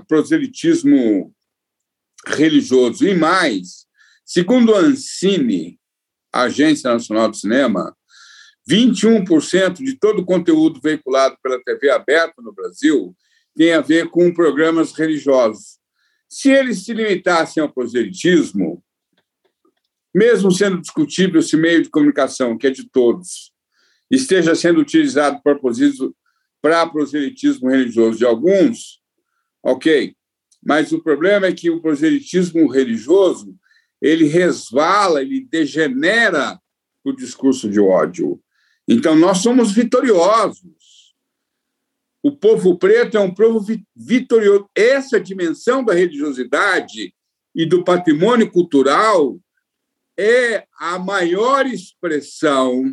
proselitismo religioso. E mais, segundo Ancine, Agência Nacional do Cinema, vinte e um por cento de todo o conteúdo veiculado pela T V aberta no Brasil tem a ver com programas religiosos. Se eles se limitassem ao proselitismo, mesmo sendo discutível esse meio de comunicação, que é de todos, esteja sendo utilizado para proselitismo religioso de alguns, ok. Mas o problema é que o proselitismo religioso ele resvala, ele degenera o discurso de ódio. Então, nós somos vitoriosos. O povo preto é um povo vitorioso. Essa dimensão da religiosidade e do patrimônio cultural é a maior expressão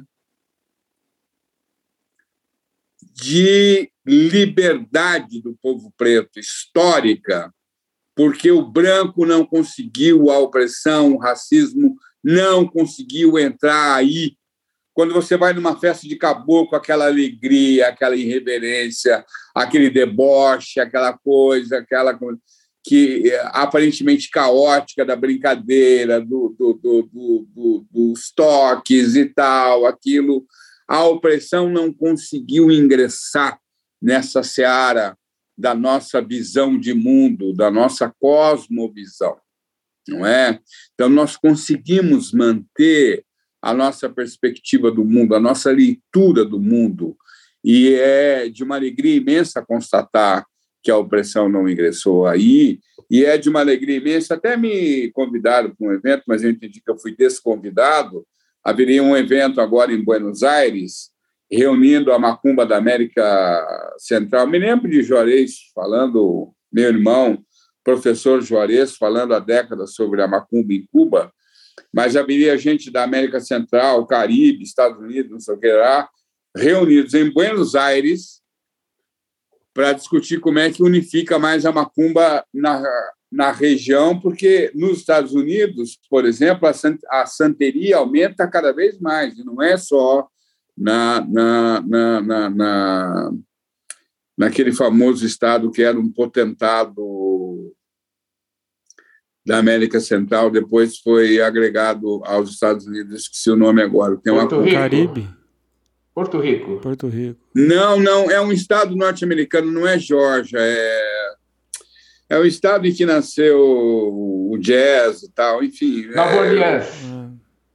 de liberdade do povo preto, histórica, porque o branco não conseguiu, a opressão, o racismo não conseguiu entrar aí. Quando você vai numa festa de caboclo, aquela alegria, aquela irreverência, aquele deboche, aquela coisa, aquela que aparentemente caótica da brincadeira, do, do, do, do, do, dos toques e tal, aquilo, a opressão não conseguiu ingressar nessa seara da nossa visão de mundo, da nossa cosmovisão, não é? Então, nós conseguimos manter a nossa perspectiva do mundo, a nossa leitura do mundo, e é de uma alegria imensa constatar que a opressão não ingressou aí, e é de uma alegria imensa, até me convidaram para um evento, mas eu entendi que eu fui desconvidado. Haveria um evento agora em Buenos Aires, reunindo a macumba da América Central. Me lembro de Juarez falando, meu irmão, professor Juarez, falando há décadas sobre a macumba em Cuba, mas haveria gente da América Central, Caribe, Estados Unidos, não sei o que lá, reunidos em Buenos Aires para discutir como é que unifica mais a macumba na, na região, porque nos Estados Unidos, por exemplo, a, sant, a santeria aumenta cada vez mais, e não é só na, na, na, na, na, naquele famoso estado que era um potentado da América Central, depois foi agregado aos Estados Unidos, esqueci o nome agora. Tem Porto uma... Rico. Caribe. Porto Rico. Porto Rico. Não, não, é um estado norte-americano, não é Geórgia, é... é o estado em que nasceu o jazz e tal, enfim. Nova Orleans. É...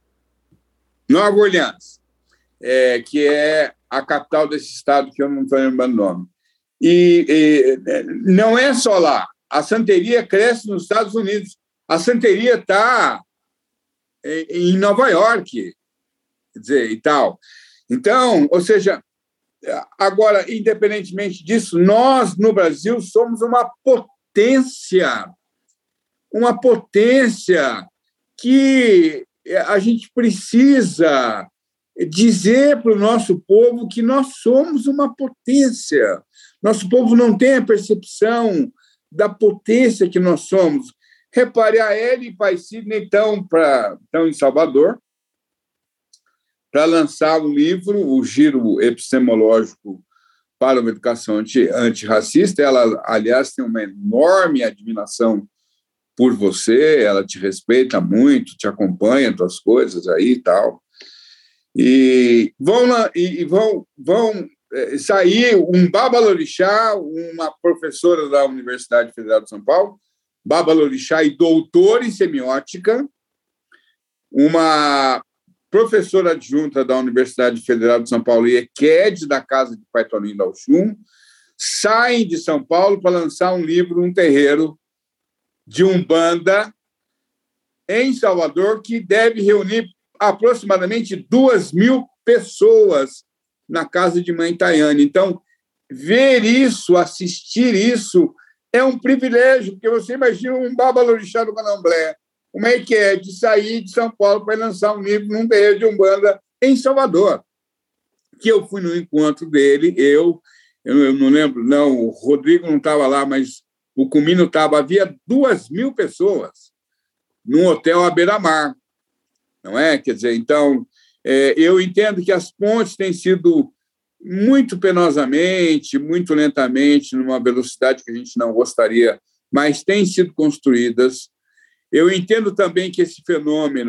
Nova Orleans, é, que é a capital desse estado, que eu não estou lembrando o nome. E, e não é só lá. A santeria cresce nos Estados Unidos. A santeria está em Nova York, quer dizer, e tal. Então, ou seja, agora, independentemente disso, nós, no Brasil, somos uma potência, uma potência que a gente precisa dizer para o nosso povo que nós somos uma potência. Nosso povo não tem a percepção da potência que nós somos. Repare, a Hélio e Pai Sidney estão, pra, estão em Salvador para lançar um livro, o Giro Epistemológico para uma Educação anti, Antirracista. Ela, aliás, tem uma enorme admiração por você, ela te respeita muito, te acompanha, tuas coisas aí e tal. E vão, e vão, vão sair um babalorixá, uma professora da Universidade Federal de São Paulo, babalorixá e doutora em semiótica, uma professora adjunta da Universidade Federal de São Paulo e E Q E D da Casa de Pai Toninho da Oxum, saem de São Paulo para lançar um livro, um terreiro de Umbanda em Salvador, que deve reunir aproximadamente duas mil pessoas na casa de Mãe Tayane. Então, ver isso, assistir isso, é um privilégio, porque você imagina um babalorixá do Candomblé, como é que é de sair de São Paulo para lançar um livro num terreiro de Umbanda em Salvador, que eu fui no encontro dele, eu, eu não lembro, não, o Rodrigo não estava lá, mas o Comino estava, havia duas mil pessoas num hotel à beira-mar, não é? Quer dizer, então, é, eu entendo que as pontes têm sido muito penosamente, muito lentamente, numa velocidade que a gente não gostaria, mas têm sido construídas. Eu entendo também que esse fenômeno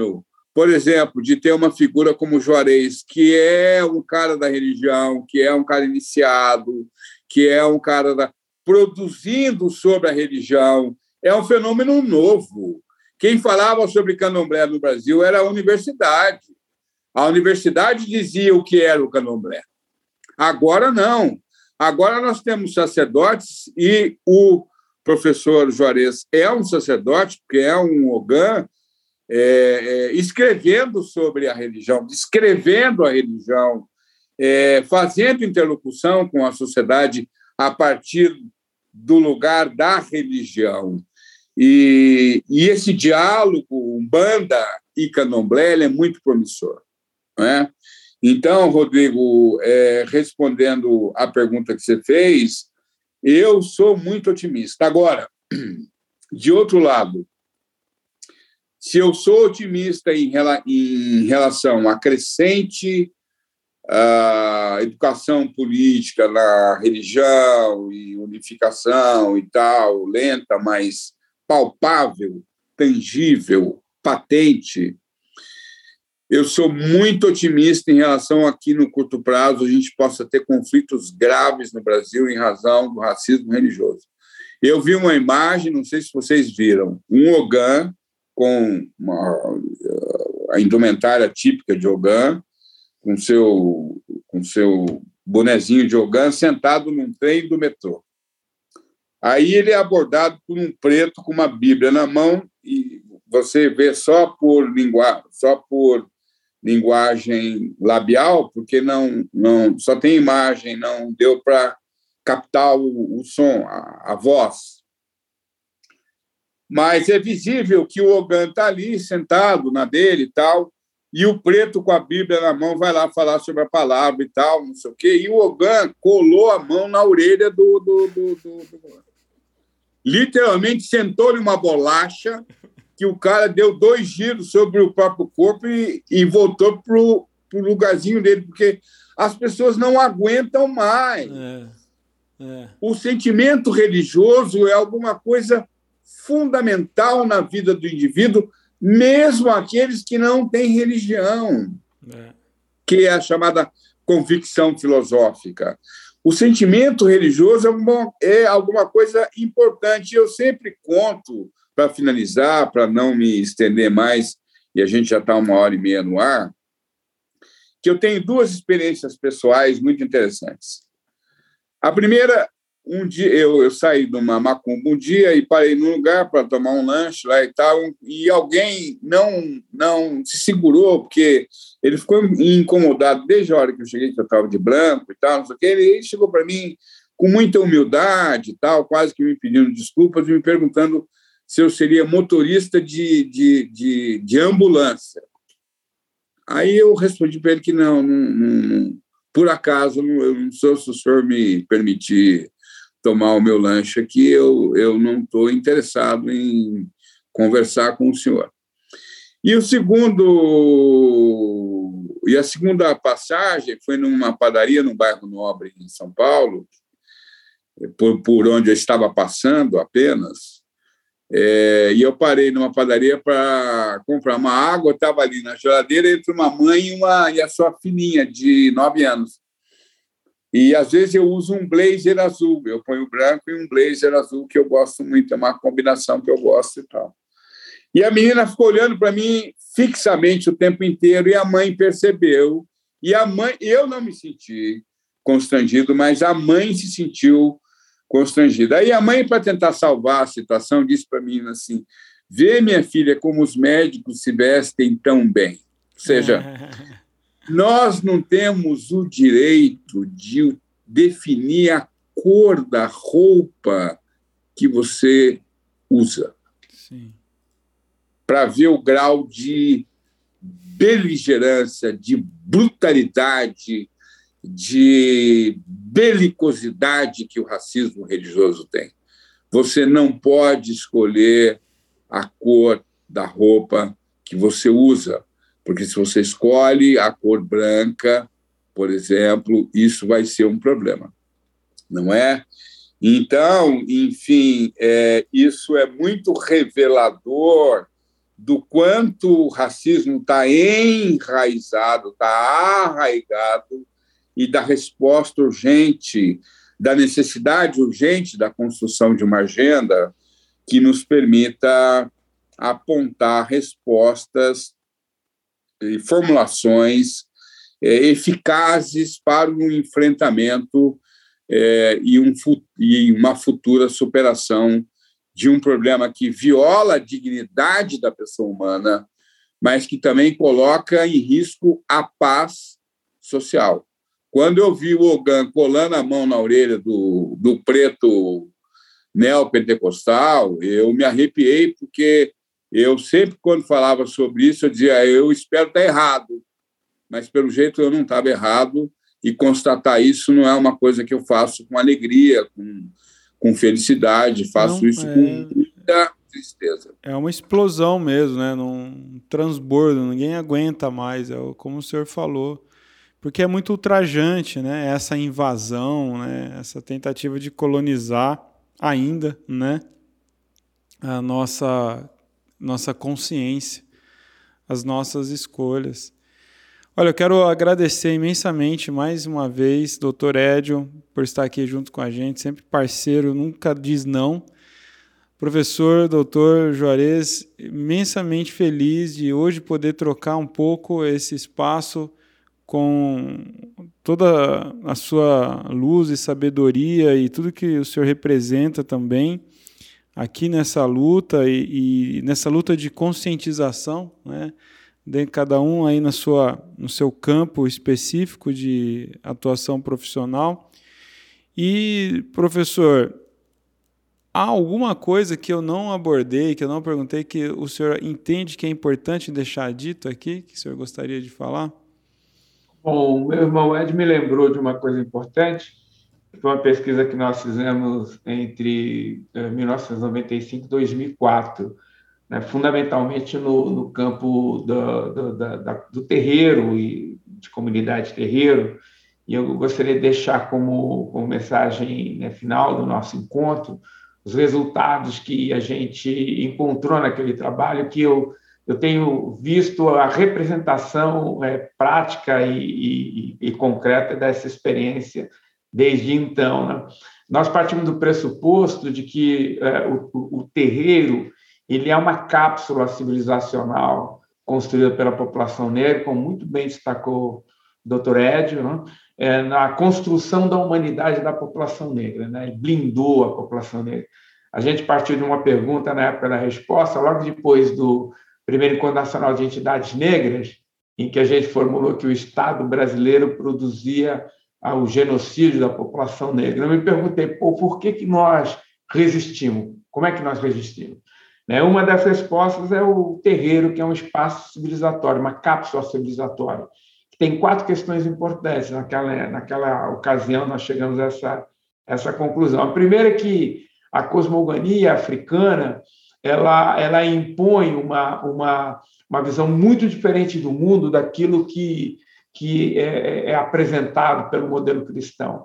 por exemplo, de ter uma figura como Juarez, que é um cara da religião, que é um cara iniciado, que é um cara da... produzindo sobre a religião, é um fenômeno novo. Quem falava sobre candomblé no Brasil era a universidade. A universidade dizia o que era o candomblé. Agora, não. Agora nós temos sacerdotes e o professor Juarez é um sacerdote, porque é um ogã, é, é, escrevendo sobre a religião, descrevendo a religião, é, fazendo interlocução com a sociedade a partir do lugar da religião. E, e esse diálogo, Umbanda e Candomblé, ele é muito promissor, não é? Então, Rodrigo, é, respondendo à pergunta que você fez, eu sou muito otimista. Agora, de outro lado, se eu sou otimista em, rela, em relação à crescente a educação política na religião e unificação e tal, lenta, mas palpável, tangível, patente, eu sou muito otimista em relação a que, no curto prazo, a gente possa ter conflitos graves no Brasil em razão do racismo religioso. Eu vi uma imagem, não sei se vocês viram, um ogã com uma, a indumentária típica de ogã, com seu, com seu bonezinho de ogã, sentado num trem do metrô. Aí ele é abordado por um preto com uma Bíblia na mão e você vê só por, linguagem, só por linguagem labial, porque não, não, só tem imagem, não deu para captar o, o som, a, a voz. Mas é visível que o ogã está ali, sentado na dele e tal, e o preto com a Bíblia na mão vai lá falar sobre a palavra e tal, não sei o quê, e o ogã colou a mão na orelha do... do, do, do, do... Literalmente sentou-lhe uma bolacha que o cara deu dois giros sobre o próprio corpo e, e voltou para o lugarzinho dele, porque as pessoas não aguentam mais. É, é. O sentimento religioso é alguma coisa fundamental na vida do indivíduo, mesmo aqueles que não têm religião, é. que é a chamada convicção filosófica. O sentimento religioso é alguma, é alguma coisa importante. Eu sempre conto, para finalizar, para não me estender mais, e a gente já está uma hora e meia no ar, que eu tenho duas experiências pessoais muito interessantes. A primeira, um dia eu, eu saí de uma macumba um dia e parei num lugar para tomar um lanche lá e tal, e alguém não, não se segurou, porque ele ficou incomodado desde a hora que eu cheguei, que eu estava de branco e tal, não sei o quê. Ele chegou para mim com muita humildade e tal, quase que me pedindo desculpas e me perguntando se eu seria motorista de, de, de, de ambulância. Aí eu respondi para ele que não, não, não por acaso, não, eu não sou, se o senhor me permitir tomar o meu lanche aqui, eu, eu não estou interessado em conversar com o senhor. E o segundo, e a segunda passagem foi numa padaria no bairro Nobre, em São Paulo, por, por onde eu estava passando apenas, é, e eu parei numa padaria para comprar uma água, estava ali na geladeira entre uma mãe e, uma, e a sua filhinha de nove anos. E, às vezes, eu uso um blazer azul, eu ponho branco e um blazer azul, que eu gosto muito, é uma combinação que eu gosto e tal. E a menina ficou olhando para mim fixamente o tempo inteiro, e a mãe percebeu, e a mãe, eu não me senti constrangido, mas a mãe se sentiu constrangida. Aí a mãe, para tentar salvar a situação, disse para mim assim: vê, minha filha, como os médicos se vestem tão bem. Ou seja, nós não temos o direito de definir a cor da roupa que você usa. Sim. Para ver o grau de beligerância, de brutalidade, de belicosidade que o racismo religioso tem. Você não pode escolher a cor da roupa que você usa, porque se você escolhe a cor branca, por exemplo, isso vai ser um problema, não é? Então, enfim, é, isso é muito revelador do quanto o racismo está enraizado, está arraigado, e da resposta urgente, da necessidade urgente da construção de uma agenda que nos permita apontar respostas e formulações é, eficazes para o enfrentamento é, e, um, e uma futura superação de um problema que viola a dignidade da pessoa humana, mas que também coloca em risco a paz social. Quando eu vi o Ogan colando a mão na orelha do, do preto neopentecostal, eu me arrepiei, porque eu sempre, quando falava sobre isso, eu dizia, eu espero estar errado, mas, pelo jeito, eu não estava errado, e constatar isso não é uma coisa que eu faço com alegria, com, com felicidade, faço não, isso é... com muita tristeza. É uma explosão mesmo, né? Num transbordo, ninguém aguenta mais, é como o senhor falou, porque é muito ultrajante, né? Essa invasão, né? Essa tentativa de colonizar ainda, né? A nossa, nossa consciência, as nossas escolhas. Olha, eu quero agradecer imensamente mais uma vez, doutor Edio, por estar aqui junto com a gente, sempre parceiro, nunca diz não. Professor, doutor Juarez, imensamente feliz de hoje poder trocar um pouco esse espaço com toda a sua luz e sabedoria e tudo que o senhor representa também aqui nessa luta e, e nessa luta de conscientização, né? De cada um aí na sua, no seu campo específico de atuação profissional. E, professor, há alguma coisa que eu não abordei, que eu não perguntei, que o senhor entende que é importante deixar dito aqui, que o senhor gostaria de falar? Bom, meu irmão Ed me lembrou de uma coisa importante, que foi uma pesquisa que nós fizemos entre mil novecentos e noventa e cinco e dois mil e quatro, né, fundamentalmente no, no campo do, do, da, do terreiro e de comunidade terreiro, e eu gostaria de deixar como, como mensagem, né, final do nosso encontro os resultados que a gente encontrou naquele trabalho, que eu, eu tenho visto a representação é, prática e, e, e concreta dessa experiência desde então, né? Nós partimos do pressuposto de que é, o, o terreiro ele é uma cápsula civilizacional construída pela população negra, como muito bem destacou o doutor Edio, né? É, na construção da humanidade da população negra, né? Ele blindou a população negra. A gente partiu de uma pergunta na época da resposta, logo depois do primeiro Encontro Nacional de Entidades Negras, em que a gente formulou que o Estado brasileiro produzia o genocídio da população negra. Eu me perguntei, pô, por que, que nós resistimos? Como é que nós resistimos? Uma das respostas é o terreiro, que é um espaço civilizatório, uma cápsula civilizatória. Tem quatro questões importantes. Naquela, naquela ocasião, nós chegamos a essa, essa conclusão. A primeira é que a cosmogonia africana ela, ela impõe uma, uma, uma visão muito diferente do mundo daquilo que, que é, é apresentado pelo modelo cristão.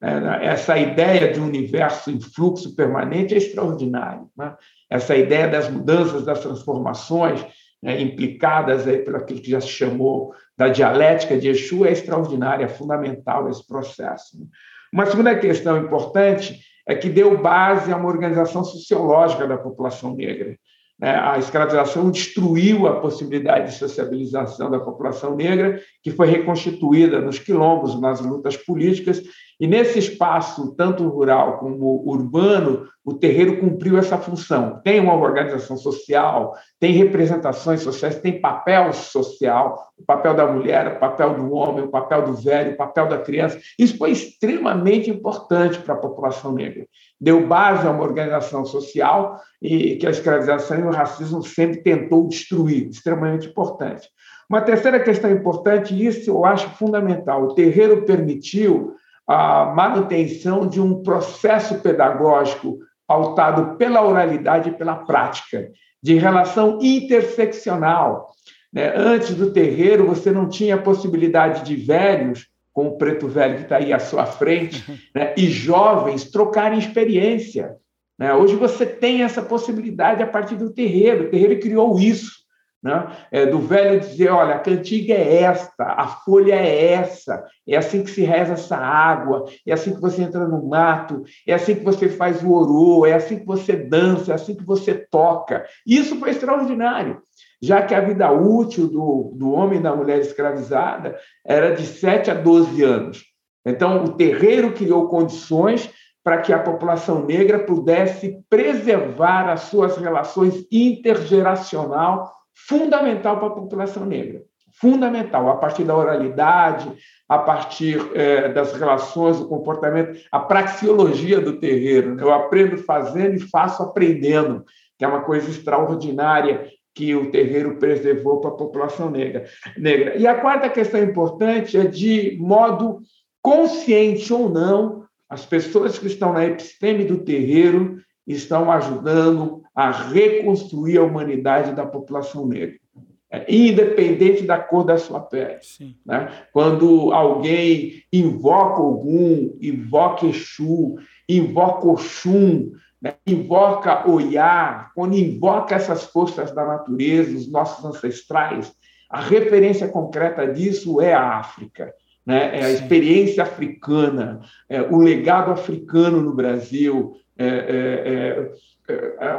Essa ideia de um universo em fluxo permanente é extraordinária, né? Essa ideia das mudanças, das transformações, né, implicadas aí por aquilo que já se chamou da dialética de Exu é extraordinária, é fundamental esse processo, né? Uma segunda questão importante é que deu base a uma organização sociológica da população negra. A escravização destruiu a possibilidade de sociabilização da população negra, que foi reconstituída nos quilombos, nas lutas políticas, e nesse espaço, tanto rural como urbano, o terreiro cumpriu essa função. Tem uma organização social, tem representações sociais, tem papel social, o papel da mulher, o papel do homem, o papel do velho, o papel da criança. Isso foi extremamente importante para a população negra. Deu base a uma organização social e que a escravização e o racismo sempre tentou destruir, extremamente importante. Uma terceira questão importante, e isso eu acho fundamental, o terreiro permitiu a manutenção de um processo pedagógico pautado pela oralidade e pela prática, de relação interseccional. Antes do terreiro, você não tinha a possibilidade de velhos, como o preto velho que está aí à sua frente, né, e jovens trocarem experiência. Né? Hoje você tem essa possibilidade a partir do terreiro. O terreiro criou isso. né? É, do velho dizer, olha, a cantiga é esta, a folha é essa, é assim que se reza essa água, é assim que você entra no mato, é assim que você faz o orô, é assim que você dança, é assim que você toca. Isso foi extraordinário, já que a vida útil do, do homem e da mulher escravizada era de sete a doze anos. Então, o terreiro criou condições para que a população negra pudesse preservar as suas relações intergeracional, fundamental para a população negra. Fundamental, a partir da oralidade, a partir é, das relações, do comportamento, a praxeologia do terreiro. Eu aprendo fazendo e faço aprendendo, que é uma coisa extraordinária que o terreiro preservou para a população negra. negra. E a quarta questão importante é de modo consciente ou não, as pessoas que estão na episteme do terreiro estão ajudando a reconstruir a humanidade da população negra, independente da cor da sua pele. Né? Quando alguém invoca Ogum, invoca Exu, invoca Oxum, né? invoca Oyá, quando invoca essas forças da natureza, os nossos ancestrais, a referência concreta disso é a África. Né? É a experiência africana, é o legado africano no Brasil. É, é, é, é,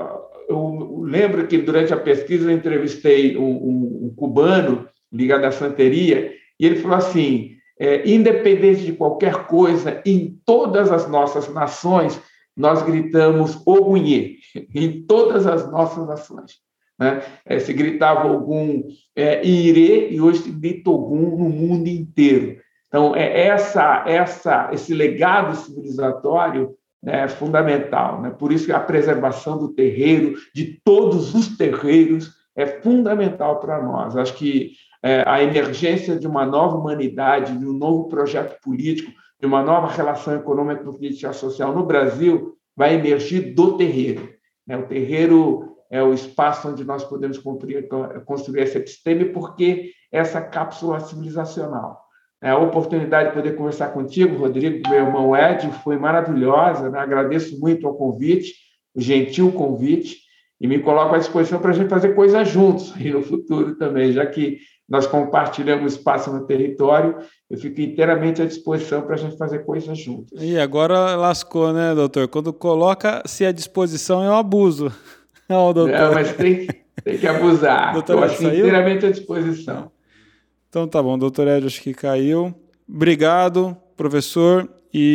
eu lembro que, durante a pesquisa, eu entrevistei um, um, um cubano ligado à santeria, e ele falou assim, é, independente de qualquer coisa, em todas as nossas nações, nós gritamos Ogunhê, em todas as nossas nações. Né? É, se gritava Ogum é, Irê, e hoje se grita Ogum no mundo inteiro. Então, é essa, essa, esse legado civilizatório, né, é fundamental. Né? Por isso que a preservação do terreiro, de todos os terreiros, é fundamental para nós. Acho que é, a emergência de uma nova humanidade, de um novo projeto político, de uma nova relação econômica, política e social no Brasil, vai emergir do terreiro. Né? O terreiro é o espaço onde nós podemos construir essa episteme, porque essa cápsula civilizacional. A oportunidade de poder conversar contigo, Rodrigo, meu irmão Ed, foi maravilhosa, né? Agradeço muito o convite, o gentil convite, e me coloco à disposição para a gente fazer coisas juntos aí no futuro também, já que nós compartilhamos espaço no território, eu fico inteiramente à disposição para a gente fazer coisas juntos. E agora lascou, né, doutor? Quando coloca-se à disposição, é um abuso. Não, doutor. Não, mas tem, tem que abusar. Estou assim, inteiramente à disposição. Então tá bom, doutor Ed, acho que caiu. Obrigado, professor,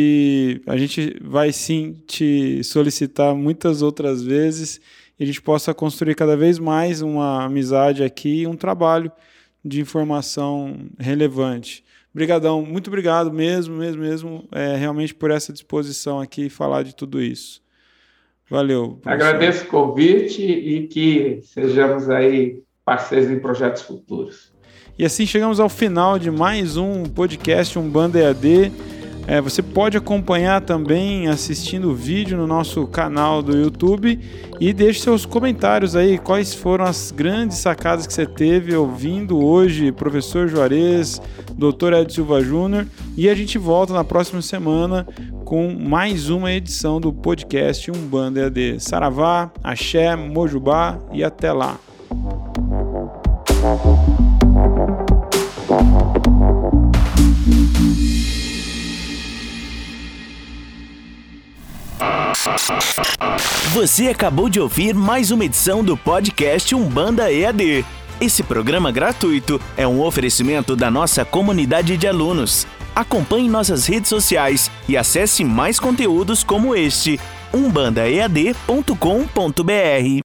e a gente vai sim te solicitar muitas outras vezes e a gente possa construir cada vez mais uma amizade aqui e um trabalho de informação relevante. Obrigadão, muito obrigado mesmo, mesmo, mesmo, é, realmente por essa disposição aqui e falar de tudo isso. Valeu. Professor. Agradeço o convite e que sejamos aí parceiros em projetos futuros. E assim chegamos ao final de mais um podcast Umbanda E A D. É, você pode acompanhar também assistindo o vídeo no nosso canal do YouTube e deixe seus comentários aí, quais foram as grandes sacadas que você teve ouvindo hoje, professor Juarez, doutor Ed Silva Júnior, e a gente volta na próxima semana com mais uma edição do podcast Umbanda E A D. Saravá, Axé, Mojubá e até lá. Você acabou de ouvir mais uma edição do podcast Umbanda E A D. Esse programa gratuito é um oferecimento da nossa comunidade de alunos. Acompanhe nossas redes sociais e acesse mais conteúdos como este, umbanda e a d ponto com ponto b r.